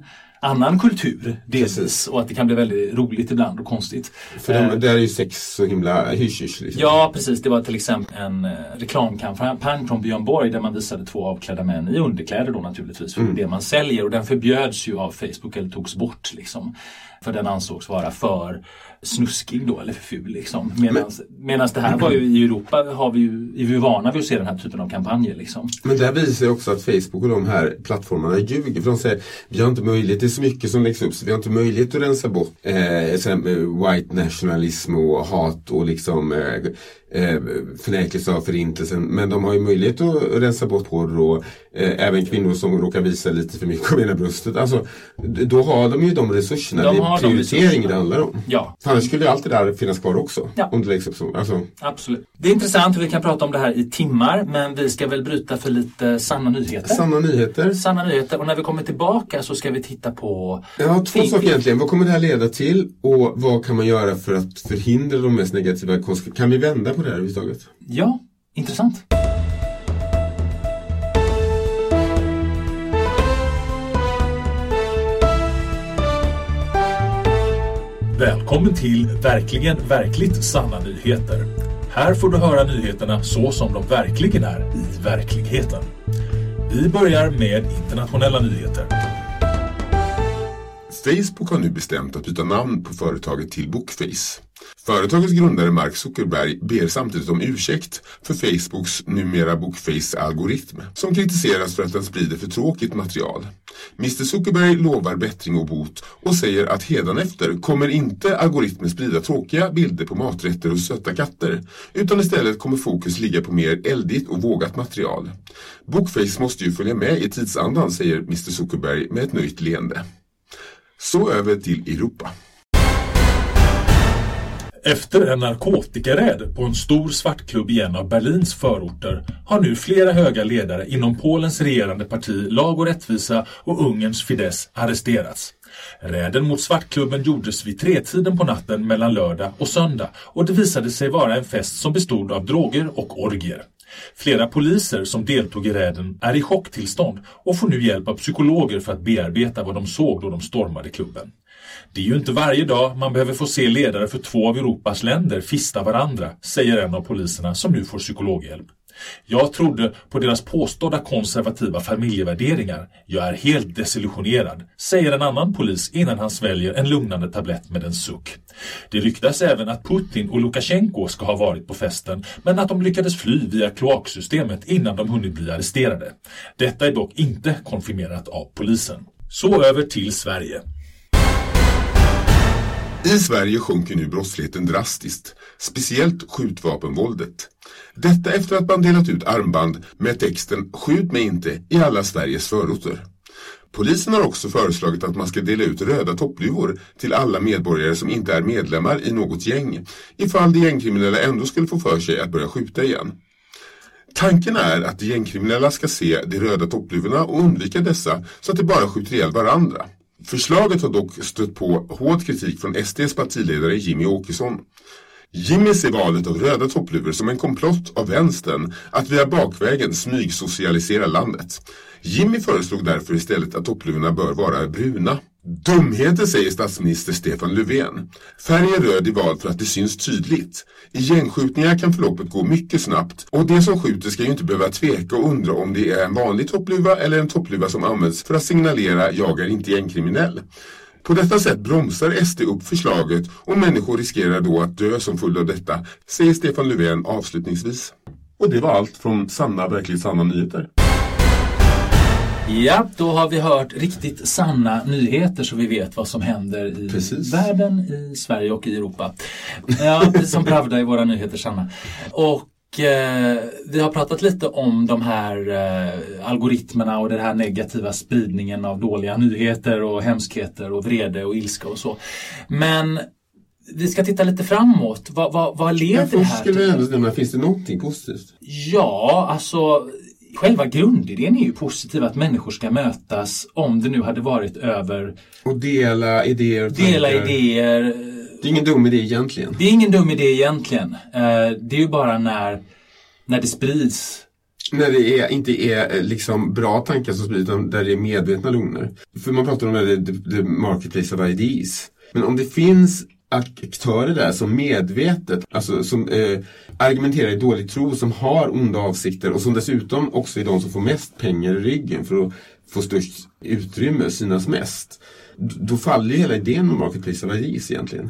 Speaker 4: annan kultur delvis, och att det kan bli väldigt roligt ibland och konstigt.
Speaker 2: För där är ju sex så himla hysch liksom.
Speaker 4: Ja, precis. Det var till exempel en reklamkampanj från Björn Borg där man visade 2 avklädda män i underkläder då naturligtvis, för det man säljer, och den förbjöds ju av Facebook eller togs bort liksom. För den ansågs vara för snuskig då, eller för ful liksom. Medan det här var ju i Europa är vi vana vid att se den här typen av kampanjer liksom.
Speaker 2: Men det här visar ju också att Facebook och de här plattformarna ljuger. För de säger, vi har inte möjlighet, det är så mycket som läggs upp så vi har inte möjlighet att rensa bort white nationalism och hat och liksom förnekelse av förintelsen. Men de har ju möjlighet att rensa bort porr och även kvinnor som råkar visa lite för mycket av ena bröstet. Alltså, då har de ju de resurserna. Det är prioritering det handlar om.
Speaker 4: Ja.
Speaker 2: Annars skulle ju alltid det där finnas kvar också. Ja. Om det läggs upp så. Alltså.
Speaker 4: Absolut. Det är intressant hur vi kan prata om det här i timmar, men vi ska väl bryta för lite sanna nyheter.
Speaker 2: Sanna nyheter.
Speaker 4: Och när vi kommer tillbaka så ska vi titta på...
Speaker 2: Ja, 2 saker egentligen. Vad kommer det här leda till? Och vad kan man göra för att förhindra de mest negativa konsekvenserna? Kan vi vända på det här överhuvudtaget?
Speaker 4: Ja, intressant. Välkommen till Verkligen verkligt sanna nyheter. Här får du höra nyheterna så som de verkligen är i verkligheten. Vi börjar med internationella nyheter.
Speaker 2: Facebook har nu bestämt att byta namn på företaget till Bookface. Företagets grundare Mark Zuckerberg ber samtidigt om ursäkt för Facebooks numera Bookface-algoritm, som kritiseras för att den sprider för tråkigt material. Mr Zuckerberg lovar bättring och bot och säger att hädanefter kommer inte algoritmen sprida tråkiga bilder på maträtter och söta katter, utan istället kommer fokus ligga på mer eldigt och vågat material. Bookface måste ju följa med i tidsandan, säger Mr Zuckerberg med ett nöjt leende. Så över till Europa.
Speaker 6: Efter en narkotikaräd på en stor svartklubb i en av Berlins förorter har nu flera höga ledare inom Polens regerande parti Lag och rättvisa och Ungerns Fidesz arresterats. Räden mot svartklubben gjordes vid 3-tiden på natten mellan lördag och söndag och det visade sig vara en fest som bestod av droger och orgier. Flera poliser som deltog i räden är i chocktillstånd och får nu hjälp av psykologer för att bearbeta vad de såg då de stormade klubben. Det är ju inte varje dag man behöver få se ledare för 2 av Europas länder fista varandra, säger en av poliserna som nu får psykologhjälp. Jag trodde på deras påstådda konservativa familjevärderingar. Jag är helt desillusionerad, säger en annan polis innan han sväljer en lugnande tablett med en suck. Det ryktas även att Putin och Lukasjenko ska ha varit på festen, men att de lyckades fly via kloaksystemet innan de hunnit bli arresterade. Detta är dock inte konfirmerat av polisen. Så över till Sverige.
Speaker 2: I Sverige sjunker nu brottsligheten drastiskt, speciellt skjutvapenvåldet. Detta efter att man delat ut armband med texten "Skjut mig inte" i alla Sveriges förorter. Polisen har också föreslagit att man ska dela ut röda toppluvor till alla medborgare som inte är medlemmar i något gäng, ifall de gängkriminella ändå skulle få för sig att börja skjuta igen. Tanken är att de gängkriminella ska se de röda toppluvorna och undvika dessa så att de bara skjuter ihjäl varandra. Förslaget har dock stött på hård kritik från SDs partiledare Jimmy Åkesson. Jimmy ser valet av röda toppluvor som en komplott av vänstern att via bakvägen smygsocialisera landet. Jimmy föreslog därför istället att toppluvorna bör vara bruna. Dumheter, säger statsminister Stefan Löfven. Färgen röd är vald för att det syns tydligt. I gängskjutningar kan förloppet gå mycket snabbt och det som skjuter ska ju inte behöva tveka och undra om det är en vanlig toppluva eller en toppluva som används för att signalera "jag är inte gängkriminell". På detta sätt bromsar SD upp förslaget och människor riskerar då att dö som följd av detta, säger Stefan Löfven avslutningsvis. Och det var allt från verkligt sanna nyheter.
Speaker 4: Ja, då har vi hört riktigt sanna nyheter så vi vet vad som händer i världen, i Sverige och i Europa. Ja, precis som Pravda i våra nyheter, Sanna. Och vi har pratat lite om de här algoritmerna och den här negativa spridningen av dåliga nyheter och hemskheter och vrede och ilska och så. Men vi ska titta lite framåt. Vad leder det här till?
Speaker 2: Finns det någonting positivt?
Speaker 4: Ja, alltså själva grundidén är ju positiv, att människor ska mötas, om det nu hade varit över
Speaker 2: och dela idéer.
Speaker 4: Det är ingen dum idé egentligen. Det är ingen dum idé egentligen. Det är ju bara när det sprids.
Speaker 2: När det inte är liksom bra tankar som sprids, utan där det är medvetna lögner. För man pratar om the marketplace of ideas. Men om det finns aktörer där som medvetet, alltså som argumenterar i dålig tro, som har onda avsikter och som dessutom också är de som får mest pengar i ryggen för att få störst utrymme, synas mest, då faller ju hela idén om marketplace of ideas egentligen.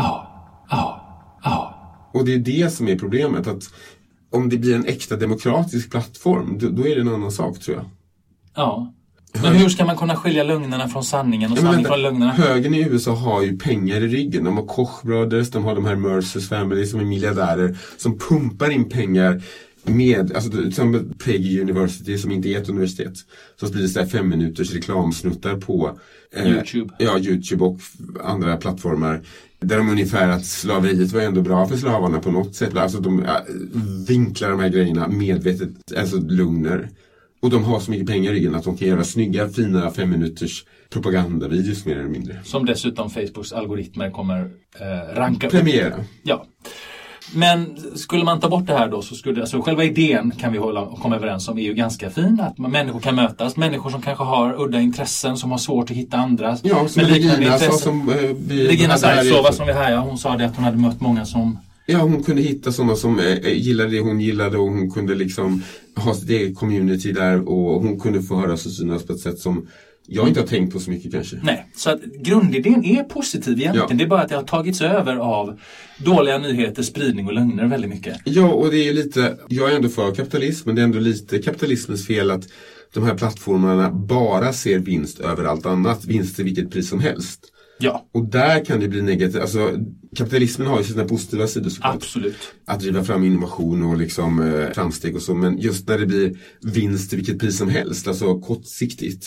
Speaker 2: Och det är det som är problemet, att om det blir en äkta demokratisk plattform, då är det en annan sak, tror jag.
Speaker 4: Ja. Men hur ska man kunna skilja lögnerna från sanningen och sanningen från lögnerna?
Speaker 2: Högern i USA har ju pengar i ryggen. De har Koch Brothers, de har de här Mercers Family som är miljardärer som pumpar in pengar med, alltså till exempel Peggy University som inte är ett universitet, som sprider sig 5 minuters reklamsnuttar på
Speaker 4: YouTube.
Speaker 2: YouTube och andra plattformar. Där de ungefär att slaveriet var ändå bra för slavarna på något sätt. Alltså de vinklar de här grejerna medvetet, alltså lugner. Och de har så mycket pengar i ryggen att de kan göra snygga, fina 5 minuters propagandavideos mer eller mindre.
Speaker 4: Som dessutom Facebooks algoritmer kommer ranka
Speaker 2: premiera.
Speaker 4: Ja. Men skulle man ta bort det här då, så skulle alltså själva idén kan vi komma överens om är ju ganska fin, att människor kan mötas, människor som kanske har udda intressen, som har svårt att hitta andra.
Speaker 2: Ja, som Regina sa, som
Speaker 4: Regina Sarsova som vi här, ja, hon sa det att hon hade mött många som...
Speaker 2: Ja, hon kunde hitta sådana som gillade det hon gillade, och hon kunde liksom ha sitt eget community där, och hon kunde få höra och synas på ett sätt som jag inte har tänkt på så mycket kanske.
Speaker 4: Nej, så att grundidén är positiv egentligen. Ja. Det är bara att det har tagits över av dåliga nyheter, spridning och lögner väldigt mycket.
Speaker 2: Ja, och det är ju lite, jag är ändå för kapitalism, men det är ändå lite kapitalismens fel att de här plattformarna bara ser vinst över allt annat. Vinst till vilket pris som helst.
Speaker 4: Ja.
Speaker 2: Och där kan det bli negativt. Alltså, kapitalismen har ju sina positiva sidor såklart.
Speaker 4: Absolut.
Speaker 2: Att driva fram innovation och liksom framsteg och så. Men just när det blir vinst till vilket pris som helst, alltså kortsiktigt,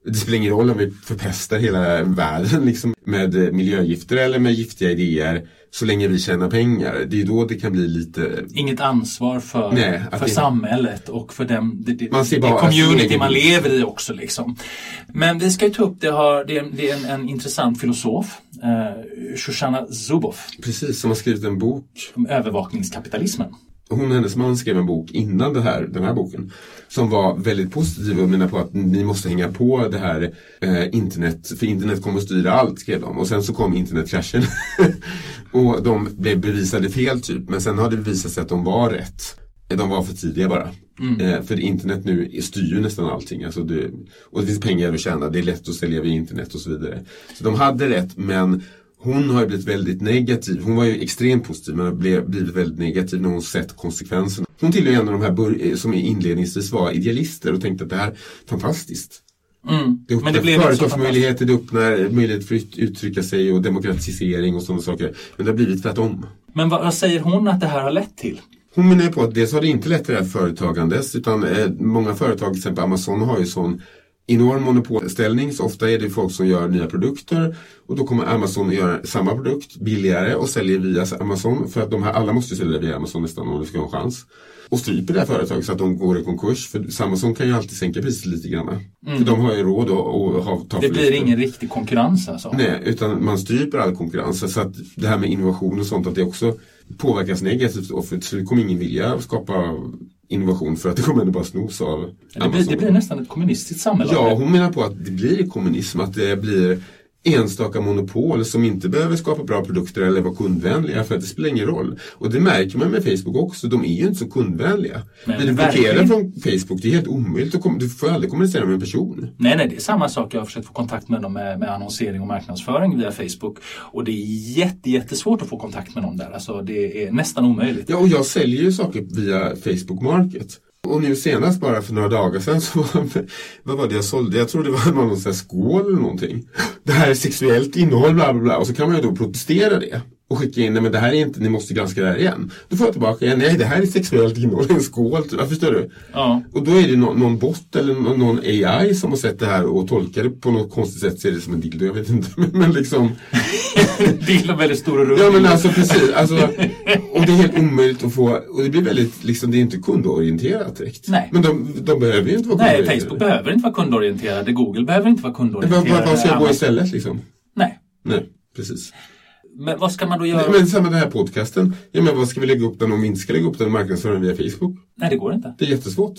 Speaker 2: Det spelar ingen roll om vi förpestar hela världen liksom, med miljögifter eller med giftiga idéer, så länge vi tjänar pengar. Det är då det kan bli lite...
Speaker 4: Inget ansvar för samhället och för det community man lever i också. Liksom. Men vi ska ju ta upp, det är en intressant filosof, Shoshana Zuboff.
Speaker 2: Precis, som har skrivit en bok
Speaker 4: om övervakningskapitalismen.
Speaker 2: Hon och hennes man skrev en bok innan den här boken som var väldigt positiv och menar på att ni måste hänga på det här internet, för internet kommer att styra allt, skrev de. Och sen så kom internetkraschen och de blev bevisade fel typ, men sen har det bevisat sig att de var rätt. De var för tidiga bara. För internet nu styr ju nästan allting. Alltså och det finns pengar att tjäna, det är lätt att sälja via internet och så vidare. Så de hade rätt, men hon har ju blivit väldigt negativ. Hon var ju extremt positiv, men har blivit väldigt negativ när hon sett konsekvenserna. Hon tillhör en av de här som inledningsvis var idealister och tänkte att det här är fantastiskt. Det öppnar företagsmöjligheter, det öppnar möjlighet för att uttrycka sig och demokratisering och sådana saker. Men det har blivit tvärtom. Men
Speaker 4: vad säger hon att det här har lett till?
Speaker 2: Hon menar på att dels har det inte lett till det här företagandes, utan många företag, till exempel Amazon, har ju sån enorm monopolställning, så ofta är det folk som gör nya produkter och då kommer Amazon att göra samma produkt billigare och säljer via Amazon, för att alla måste sälja via Amazon nästan om det ska ha en chans. Och stryper det här företaget så att de går i konkurs, för Amazon kan ju alltid sänka priset lite grann. För de har ju råd att ta.
Speaker 4: Det blir ingen riktig konkurrens alltså?
Speaker 2: Nej, utan man stryper all konkurrens, så att det här med innovation och sånt, att det också påverkas negativt, och för det kommer ingen vilja skapa innovation, för att det kommer ändå bara snos av Amazon.
Speaker 4: Det blir nästan ett kommunistiskt samhälle.
Speaker 2: Ja, hon menar på att det blir kommunism, att det blir enstaka monopol som inte behöver skapa bra produkter eller vara kundvänliga, för att det spelar ingen roll. Och det märker man med Facebook också, de är ju inte så kundvänliga. Blir du blockerad från Facebook, det är helt omöjligt, du får aldrig kommunicera med en person.
Speaker 4: Nej, det är samma sak. Jag har försökt få kontakt med dem med annonsering och marknadsföring via Facebook, och det är jättesvårt att få kontakt med dem där. Alltså det är nästan omöjligt.
Speaker 2: Ja, och jag säljer ju saker via Facebook Market. Och nu senast, bara för några dagar sedan, så vad var det jag sålde? Jag tror det var någon sån här skål eller någonting. Det här är sexuellt innehåll, bla bla bla. Och så kan man ju då protestera det och skicka in, nej men det här är inte, ni måste granska det här igen. Då får jag tillbaka igen, nej det här är sexuellt innehåll, en skål. Vad förstår du? Ja. Och då är det någon bot eller någon AI som har sett det här och tolkar det på något konstigt sätt, ser det som en dildo, jag vet inte. Men liksom...
Speaker 4: dildo väldigt stor och runt.
Speaker 2: Ja men alltså precis, alltså, och det är helt omöjligt att få, och det blir väldigt, liksom, det är inte kundorienterat direkt. Nej. Men de behöver ju inte vara kundorienterade.
Speaker 4: Nej, Facebook behöver inte vara kundorienterade, Google behöver inte vara kundorienterade.
Speaker 2: Vad ska jag gå istället liksom?
Speaker 4: Nej,
Speaker 2: precis.
Speaker 4: Men vad ska man då göra?
Speaker 2: Men samma den här podcasten. Ja, men vad ska vi lägga upp den om vi inte ska lägga upp den och marknadsföra den via Facebook?
Speaker 4: Nej, det går inte.
Speaker 2: Det är jättesvårt.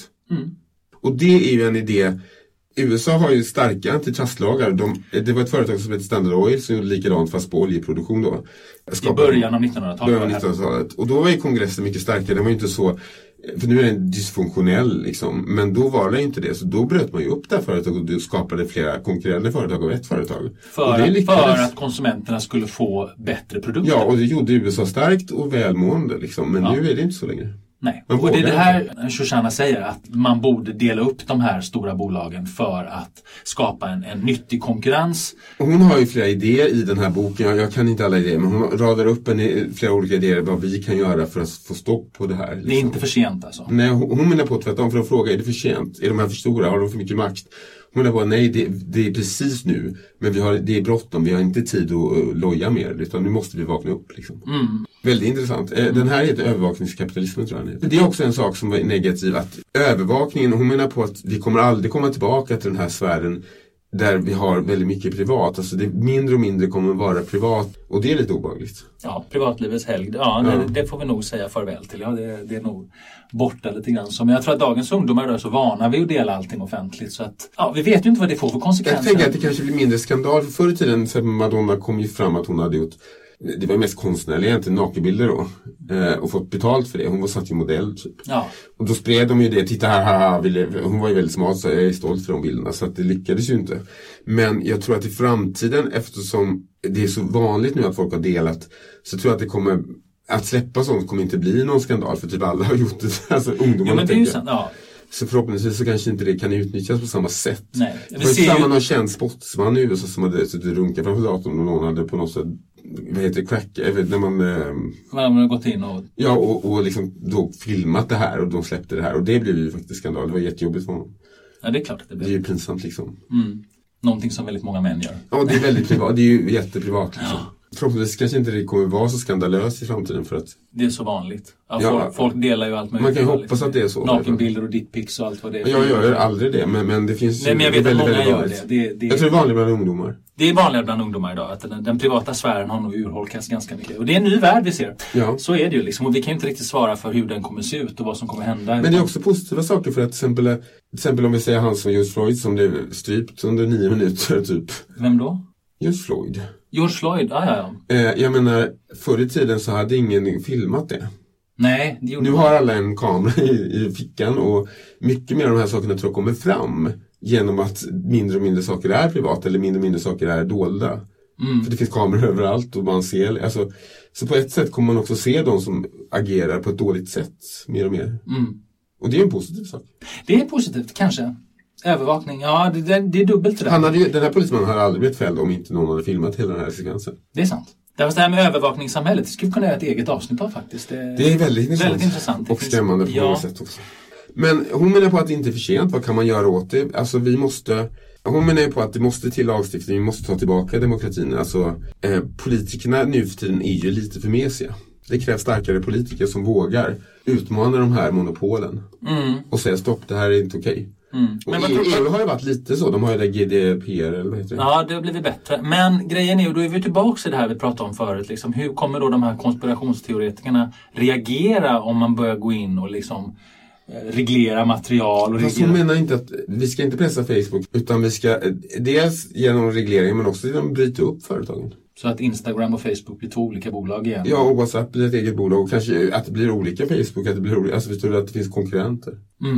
Speaker 2: Och det är ju en idé. USA har ju starka antitrustlagar. Det var ett företag som heter Standard Oil som gjorde likadant fast på oljeproduktion då.
Speaker 4: I början av 1900-talet.
Speaker 2: Och då var ju kongressen mycket starkare. Den var ju inte så... För nu är den dysfunktionell liksom. Men då var det inte det. Så då bröt man ju upp det här företaget och skapade flera konkurrerande företag av ett företag.
Speaker 4: För att konsumenterna skulle få bättre produkter.
Speaker 2: Ja, och det gjorde USA starkt och välmående liksom. Men nu är det inte så längre.
Speaker 4: Nej, och det är det här Shoshana säger, att man borde dela upp de här stora bolagen för att skapa en nyttig konkurrens.
Speaker 2: Hon har ju flera idéer i den här boken, jag kan inte alla idéer, men hon radar upp flera olika idéer vad vi kan göra för att få stopp på det här. Liksom.
Speaker 4: Det är inte för sent alltså?
Speaker 2: Nej, hon menar på tvärtom, för att fråga, är det för sent? Är de här för stora? Har de för mycket makt? Hon menar på, nej det är precis nu, men det är bråttom, vi har inte tid att loja mer, utan nu måste vi vakna upp liksom. Väldigt intressant. Den här heter övervakningskapitalismen, tror jag. Det är också en sak som var negativ, att övervakningen, hon menar på att vi kommer aldrig komma tillbaka till den här sfären där vi har väldigt mycket privat. Alltså det mindre och mindre kommer att vara privat, och det är lite obehagligt.
Speaker 4: Ja, privatlivets helgd. Det får vi nog säga farväl till. Ja, det är nog borta lite grann. Men jag tror att dagens ungdomar är så vana vid att dela allting offentligt, så att vi vet ju inte vad det får för konsekvenser.
Speaker 2: Jag tänker att det kanske blir mindre skandal. För förr i tiden så Madonna kom ju fram att hon hade gjort, det var mest konstnärliga, egentligen nakenbilder då, och fått betalt för det. Hon var satt ju modell typ. Ja. Och då spred de ju det, titta här, hon var ju väldigt smart, så jag är stolt för de bilderna, så att det lyckades ju inte. Men jag tror att i framtiden, eftersom det är så vanligt nu att folk har delat, så tror jag att det kommer, att släppa sånt kommer inte bli någon skandal, för typ alla har gjort det, alltså ungdomarna.
Speaker 4: Ja, men det är ju sant,
Speaker 2: Så förhoppningsvis så kanske inte det kan utnyttjas på samma sätt.
Speaker 4: Nej.
Speaker 2: Det var ju samma någon känd sportsman i USA som hade suttit och runkat framför datorn och någon hade på något sätt, vad heter det, crack, när man
Speaker 4: har gått in och...
Speaker 2: Ja, och liksom då filmat det här och de släppte det här, och det blev ju faktiskt skandal. Det var jättejobbigt för honom.
Speaker 4: Ja, det är klart att det blev.
Speaker 2: Det är ju pinsamt liksom.
Speaker 4: Någonting som väldigt många män gör.
Speaker 2: Ja, det är väldigt privat. Det är ju jätteprivat liksom. Förhoppningsvis kanske inte det kommer vara så skandalöst i framtiden för att...
Speaker 4: Det är så vanligt. Folk delar ju allt möjligt.
Speaker 2: Man kan ju hoppas att det är så.
Speaker 4: Nakenbilder och dickpics och allt vad det är.
Speaker 2: Jag gör aldrig det, men det finns...
Speaker 4: Nej, men jag vet att många gör det.
Speaker 2: Jag tror det är vanligt bland ungdomar.
Speaker 4: Det är vanligare bland ungdomar idag. Att den privata sfären har nog urholkats ganska mycket. Och det är en ny värld vi ser.
Speaker 2: Ja.
Speaker 4: Så är det ju liksom. Och vi kan ju inte riktigt svara för hur den kommer se ut och vad som kommer hända.
Speaker 2: Men det är också positiva saker för att till exempel om vi säger han som George Floyd som blev strypt under 9 minuter typ.
Speaker 4: Vem då?
Speaker 2: George Floyd.
Speaker 4: George Floyd, ja.
Speaker 2: Jag menar, förr i tiden så hade ingen filmat det.
Speaker 4: Nej, det gjorde
Speaker 2: nu har alla en kamera i fickan och mycket mer av de här sakerna tror jag kommer fram genom att mindre och mindre saker är privata eller mindre och mindre saker är dolda. För det finns kameror överallt och man ser, alltså, så på ett sätt kommer man också se de som agerar på ett dåligt sätt mer och mer. Och det är en positiv sak.
Speaker 4: Det är positivt, kanske. Övervakning, ja det är dubbelt det där.
Speaker 2: Den här polismannen hade aldrig blivit fälld om inte någon hade filmat hela den här sekvensen.
Speaker 4: Det är sant. Det här med övervakningssamhället, det skulle kunna göra ett eget avsnitt av faktiskt. Det är väldigt intressant.
Speaker 2: Och skrämmande på många sätt också. Men hon menar på att det inte är för sent. Vad kan man göra åt det? Alltså hon menar ju på att det måste till lagstiftning. Vi måste ta tillbaka demokratin. Alltså politikerna nu för tiden är ju lite för mesiga. Det krävs starkare politiker som vågar utmana de här monopolen. Och säga stopp, det här är inte okej. Och EU har ju varit lite så. De har ju det GDPR eller vad heter det?
Speaker 4: Ja, det har blivit bättre. Men grejen är ju, då är vi tillbaka i det här vi pratade om förut. Liksom. Hur kommer då de här konspirationsteoretikerna reagera om man börjar gå in och liksom reglera material? Och
Speaker 2: fast hon menar inte att vi ska inte pressa Facebook, utan vi ska dels genom reglering men också genom att bryta upp företagen.
Speaker 4: Så att Instagram och Facebook blir 2 olika bolag igen?
Speaker 2: Ja, och WhatsApp blir ett eget bolag. Och kanske att det blir olika Facebook, att det blir olika, alltså förstår du att det finns konkurrenter.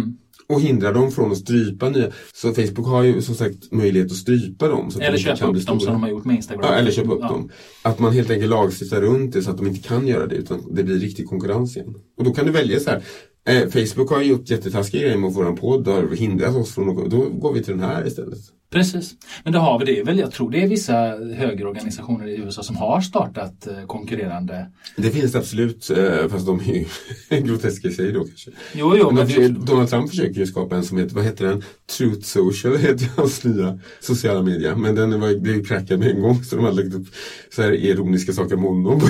Speaker 2: Och hindra dem från att strypa nya. Så Facebook har ju som sagt möjlighet att strypa dem. Så
Speaker 4: eller köpa upp dem som de har gjort med Instagram.
Speaker 2: Ja, eller köpa upp dem. Att man helt enkelt lagstiftar runt det så att de inte kan göra det utan det blir riktig konkurrens igen. Och då kan du välja så här. Facebook har gjort jättetaskiga grejer med våran podd och hindrat oss från att då går vi till den här istället.
Speaker 4: Precis, men då har vi det väl, jag tror det är vissa högerorganisationer i USA som har startat konkurrerande.
Speaker 2: Det finns absolut, fast de är ju groteska i sig då kanske.
Speaker 4: Jo,
Speaker 2: men Donald Trump försöker ju skapa en som heter, vad heter den? Truth Social heter hans nya sociala media. Men den blev ju krackad med en gång så de har lagt upp så här ironiska saker om honom.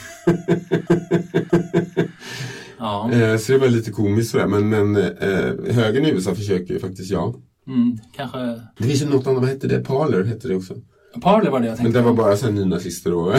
Speaker 4: Ja.
Speaker 2: Så det var lite komiskt sådär, men högern i USA försöker ju faktiskt, ja.
Speaker 4: Kanske...
Speaker 2: Det finns ju något annat, vad hette det? Parler hette det också.
Speaker 4: Parler var det jag tänkte.
Speaker 2: Men det var bara så här nynazister och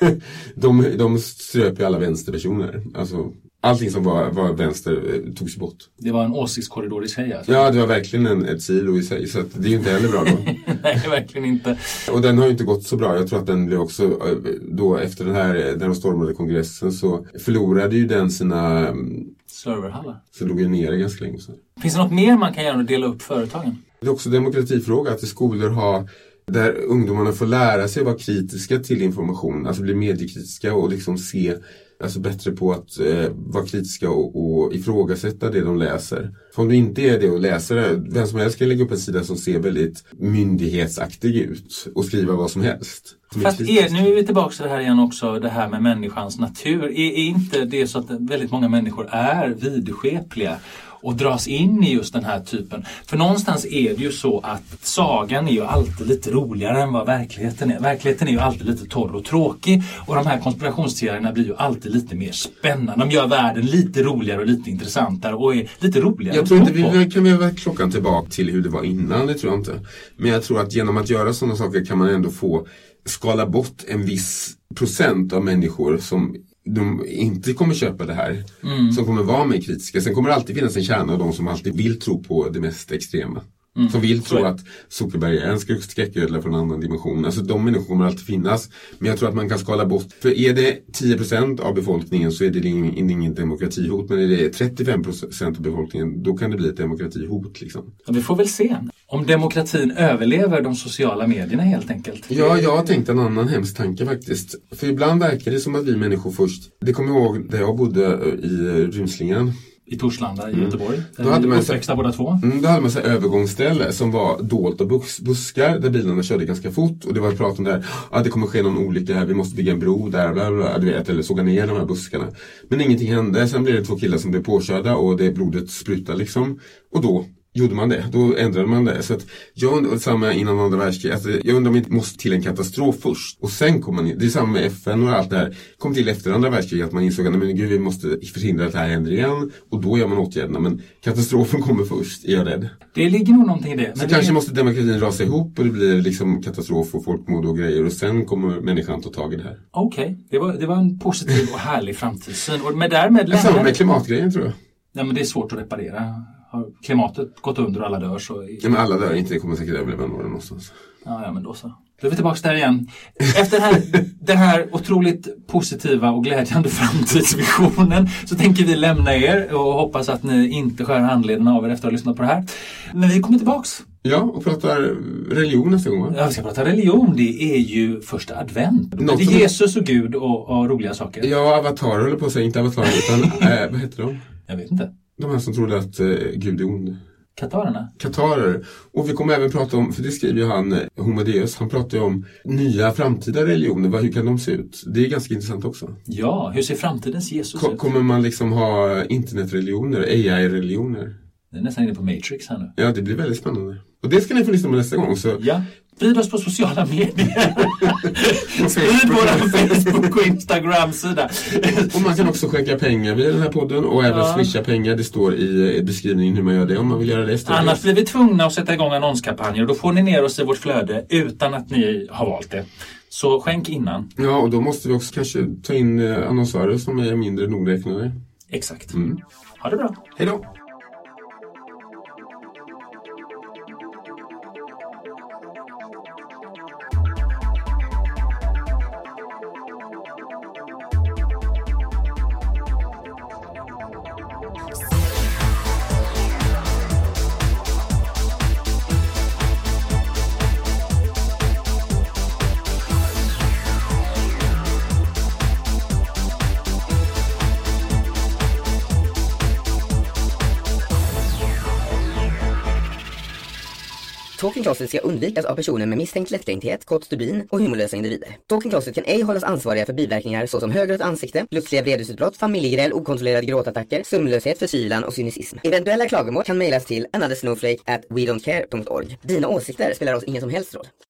Speaker 2: de ströp ju alla vänsterpersoner. Alltså allting som var vänster togs bort.
Speaker 4: Det var en åsiktskorridor i sig alltså.
Speaker 2: Ja, det var verkligen ett silo i sig, så att det är ju inte heller bra då.
Speaker 4: Nej, verkligen inte.
Speaker 2: Och den har ju inte gått så bra. Jag tror att den blev också då efter den här, när de stormade kongressen så förlorade ju den sina
Speaker 4: serverhallar.
Speaker 2: Så låg ju ner ganska länge sedan.
Speaker 4: Finns det något mer man kan göra att dela upp företagen?
Speaker 2: Det är också demokratifråga att skolor har där ungdomarna får lära sig vara kritiska till information, alltså bli mediekritiska och liksom se alltså bättre på att vara kritiska och ifrågasätta det de läser. För om du inte är det och läser det, vem som helst kan lägga upp en sida som ser väldigt myndighetsaktig ut och skriva vad som helst.
Speaker 4: Fast nu är vi tillbaka till det här igen också, det här med människans natur. Är inte det så att väldigt många människor är vidskepliga och dras in i just den här typen? För någonstans är det ju så att sagan är ju alltid lite roligare än vad verkligheten är. Verkligheten är ju alltid lite torr och tråkig och de här konspirationsteorierna blir ju alltid lite mer spännande. De gör världen lite roligare och lite intressantare och är lite roligare.
Speaker 2: Jag tror inte vi kan väl klockan tillbaka till hur det var innan, det tror jag inte. Men jag tror att genom att göra sådana saker kan man ändå få skala bort en viss procent av människor som de inte kommer köpa det här, som kommer vara mer kritiska. Sen kommer det alltid finnas en kärna av de som alltid vill tro på det mest extrema. Som vill tro att Zuckerberg är en skräcködla från en annan dimension. Alltså de människor kommer alltid finnas. Men jag tror att man kan skala bort. För är det 10% av befolkningen så är det ingen demokratihot. Men är det 35% av befolkningen, då kan det bli ett demokratihot liksom.
Speaker 4: Ja, vi får väl se om demokratin överlever de sociala medierna helt enkelt.
Speaker 2: Ja, jag har tänkt en annan hemsk tanke faktiskt. För ibland verkar det som att vi människor först, det kommer jag ihåg där jag bodde i Rymslingen.
Speaker 4: I Torslanda i Göteborg.
Speaker 2: Då hade man
Speaker 4: uppväxta båda två.
Speaker 2: Då hade man så övergångsställe som var dolt av buskar där bilarna körde ganska fort. Och det var prat om där, det kommer ske någon olycka här, vi måste bygga en bro där, bla bla, du vet, eller såga ner de här buskarna. Men ingenting hände, sen blev det 2 killar som blev påkörda och det blodet sprutade liksom. Och då gjorde man det. Då ändrade man det. Så att jag undrar, samma innan andra världskriget, alltså, jag undrar om vi måste till en katastrof först. Och sen kommer man in. Det är samma med FN och allt det här. Kom till efter andra världskriget att man insåg att men gud, vi måste förhindra att det här händer igen. Och då gör man åtgärderna. Men katastrofen kommer först, är jag rädd.
Speaker 4: Det ligger nog någonting i det.
Speaker 2: Så kanske måste demokratin rasa ihop och det blir liksom katastrof och folkmord och grejer. Och sen kommer människan ta tag i det här.
Speaker 4: Okej. Det var en positiv och härlig framtidssyn. Och därmed
Speaker 2: samma med klimatgrejen, tror jag.
Speaker 4: Ja, men det är svårt att reparera. Har klimatet gått under och alla dör så...
Speaker 2: Ja, men alla dör inte. Det kommer säkert överleva några någonstans.
Speaker 4: Ja, men då så. Då är vi tillbaka där igen. Efter den här otroligt positiva och glädjande framtidsvisionen så tänker vi lämna er och hoppas att ni inte skär handleden av er efter att ha lyssnat på det här. Men vi kommer tillbaks.
Speaker 2: Ja, och pratar religion nästa gång, va?
Speaker 4: Ja, vi ska prata religion. Det är ju första advent. Det är Jesus och Gud och roliga saker.
Speaker 2: Ja, avatarer håller på att säga. Inte avatarer, utan vad heter de?
Speaker 4: Jag vet inte.
Speaker 2: De här som trodde att Gud är ond.
Speaker 4: Katarer.
Speaker 2: Och vi kommer även prata om, för det skriver ju han, Homo Deus, han pratar ju om nya framtida religioner. Hur kan de se ut? Det är ganska intressant också.
Speaker 4: Ja, hur ser framtidens Jesus ut?
Speaker 2: Kommer man liksom ha internetreligioner, AI-religioner?
Speaker 4: Det är nästan inne på Matrix här nu.
Speaker 2: Ja, det blir väldigt spännande. Och det ska ni få lyssna på nästa gång. Så...
Speaker 4: Ja, sprid oss på sociala medier. Sprid våra Facebook och Instagram-sida.
Speaker 2: Och man kan också skänka pengar via den här podden och även swisha pengar. Det står i beskrivningen hur man gör det om man vill göra det.
Speaker 4: Annars blir vi tvungna att sätta igång annonskampanjer och då får ni ner oss i vårt flöde utan att ni har valt det. Så skänk innan.
Speaker 2: Ja, och då måste vi också kanske ta in annonsörer som är mindre nogräknade.
Speaker 4: Exakt. Ha det bra.
Speaker 2: Hej då.
Speaker 3: Talking Closet ska undvikas av personer med misstänkt lättkränkthet, kort stubin och humorlösa individer. Talking Closet kan ej hållas ansvariga för biverkningar såsom högrött ansikte, plötsliga vredesutbrott, familjegräl, okontrollerade gråtattacker, sömnlöshet, förkylan och cynism. Eventuella klagomål kan mejlas till anothersnowflake@wedon'tcare.org. Dina åsikter spelar oss ingen som helst roll.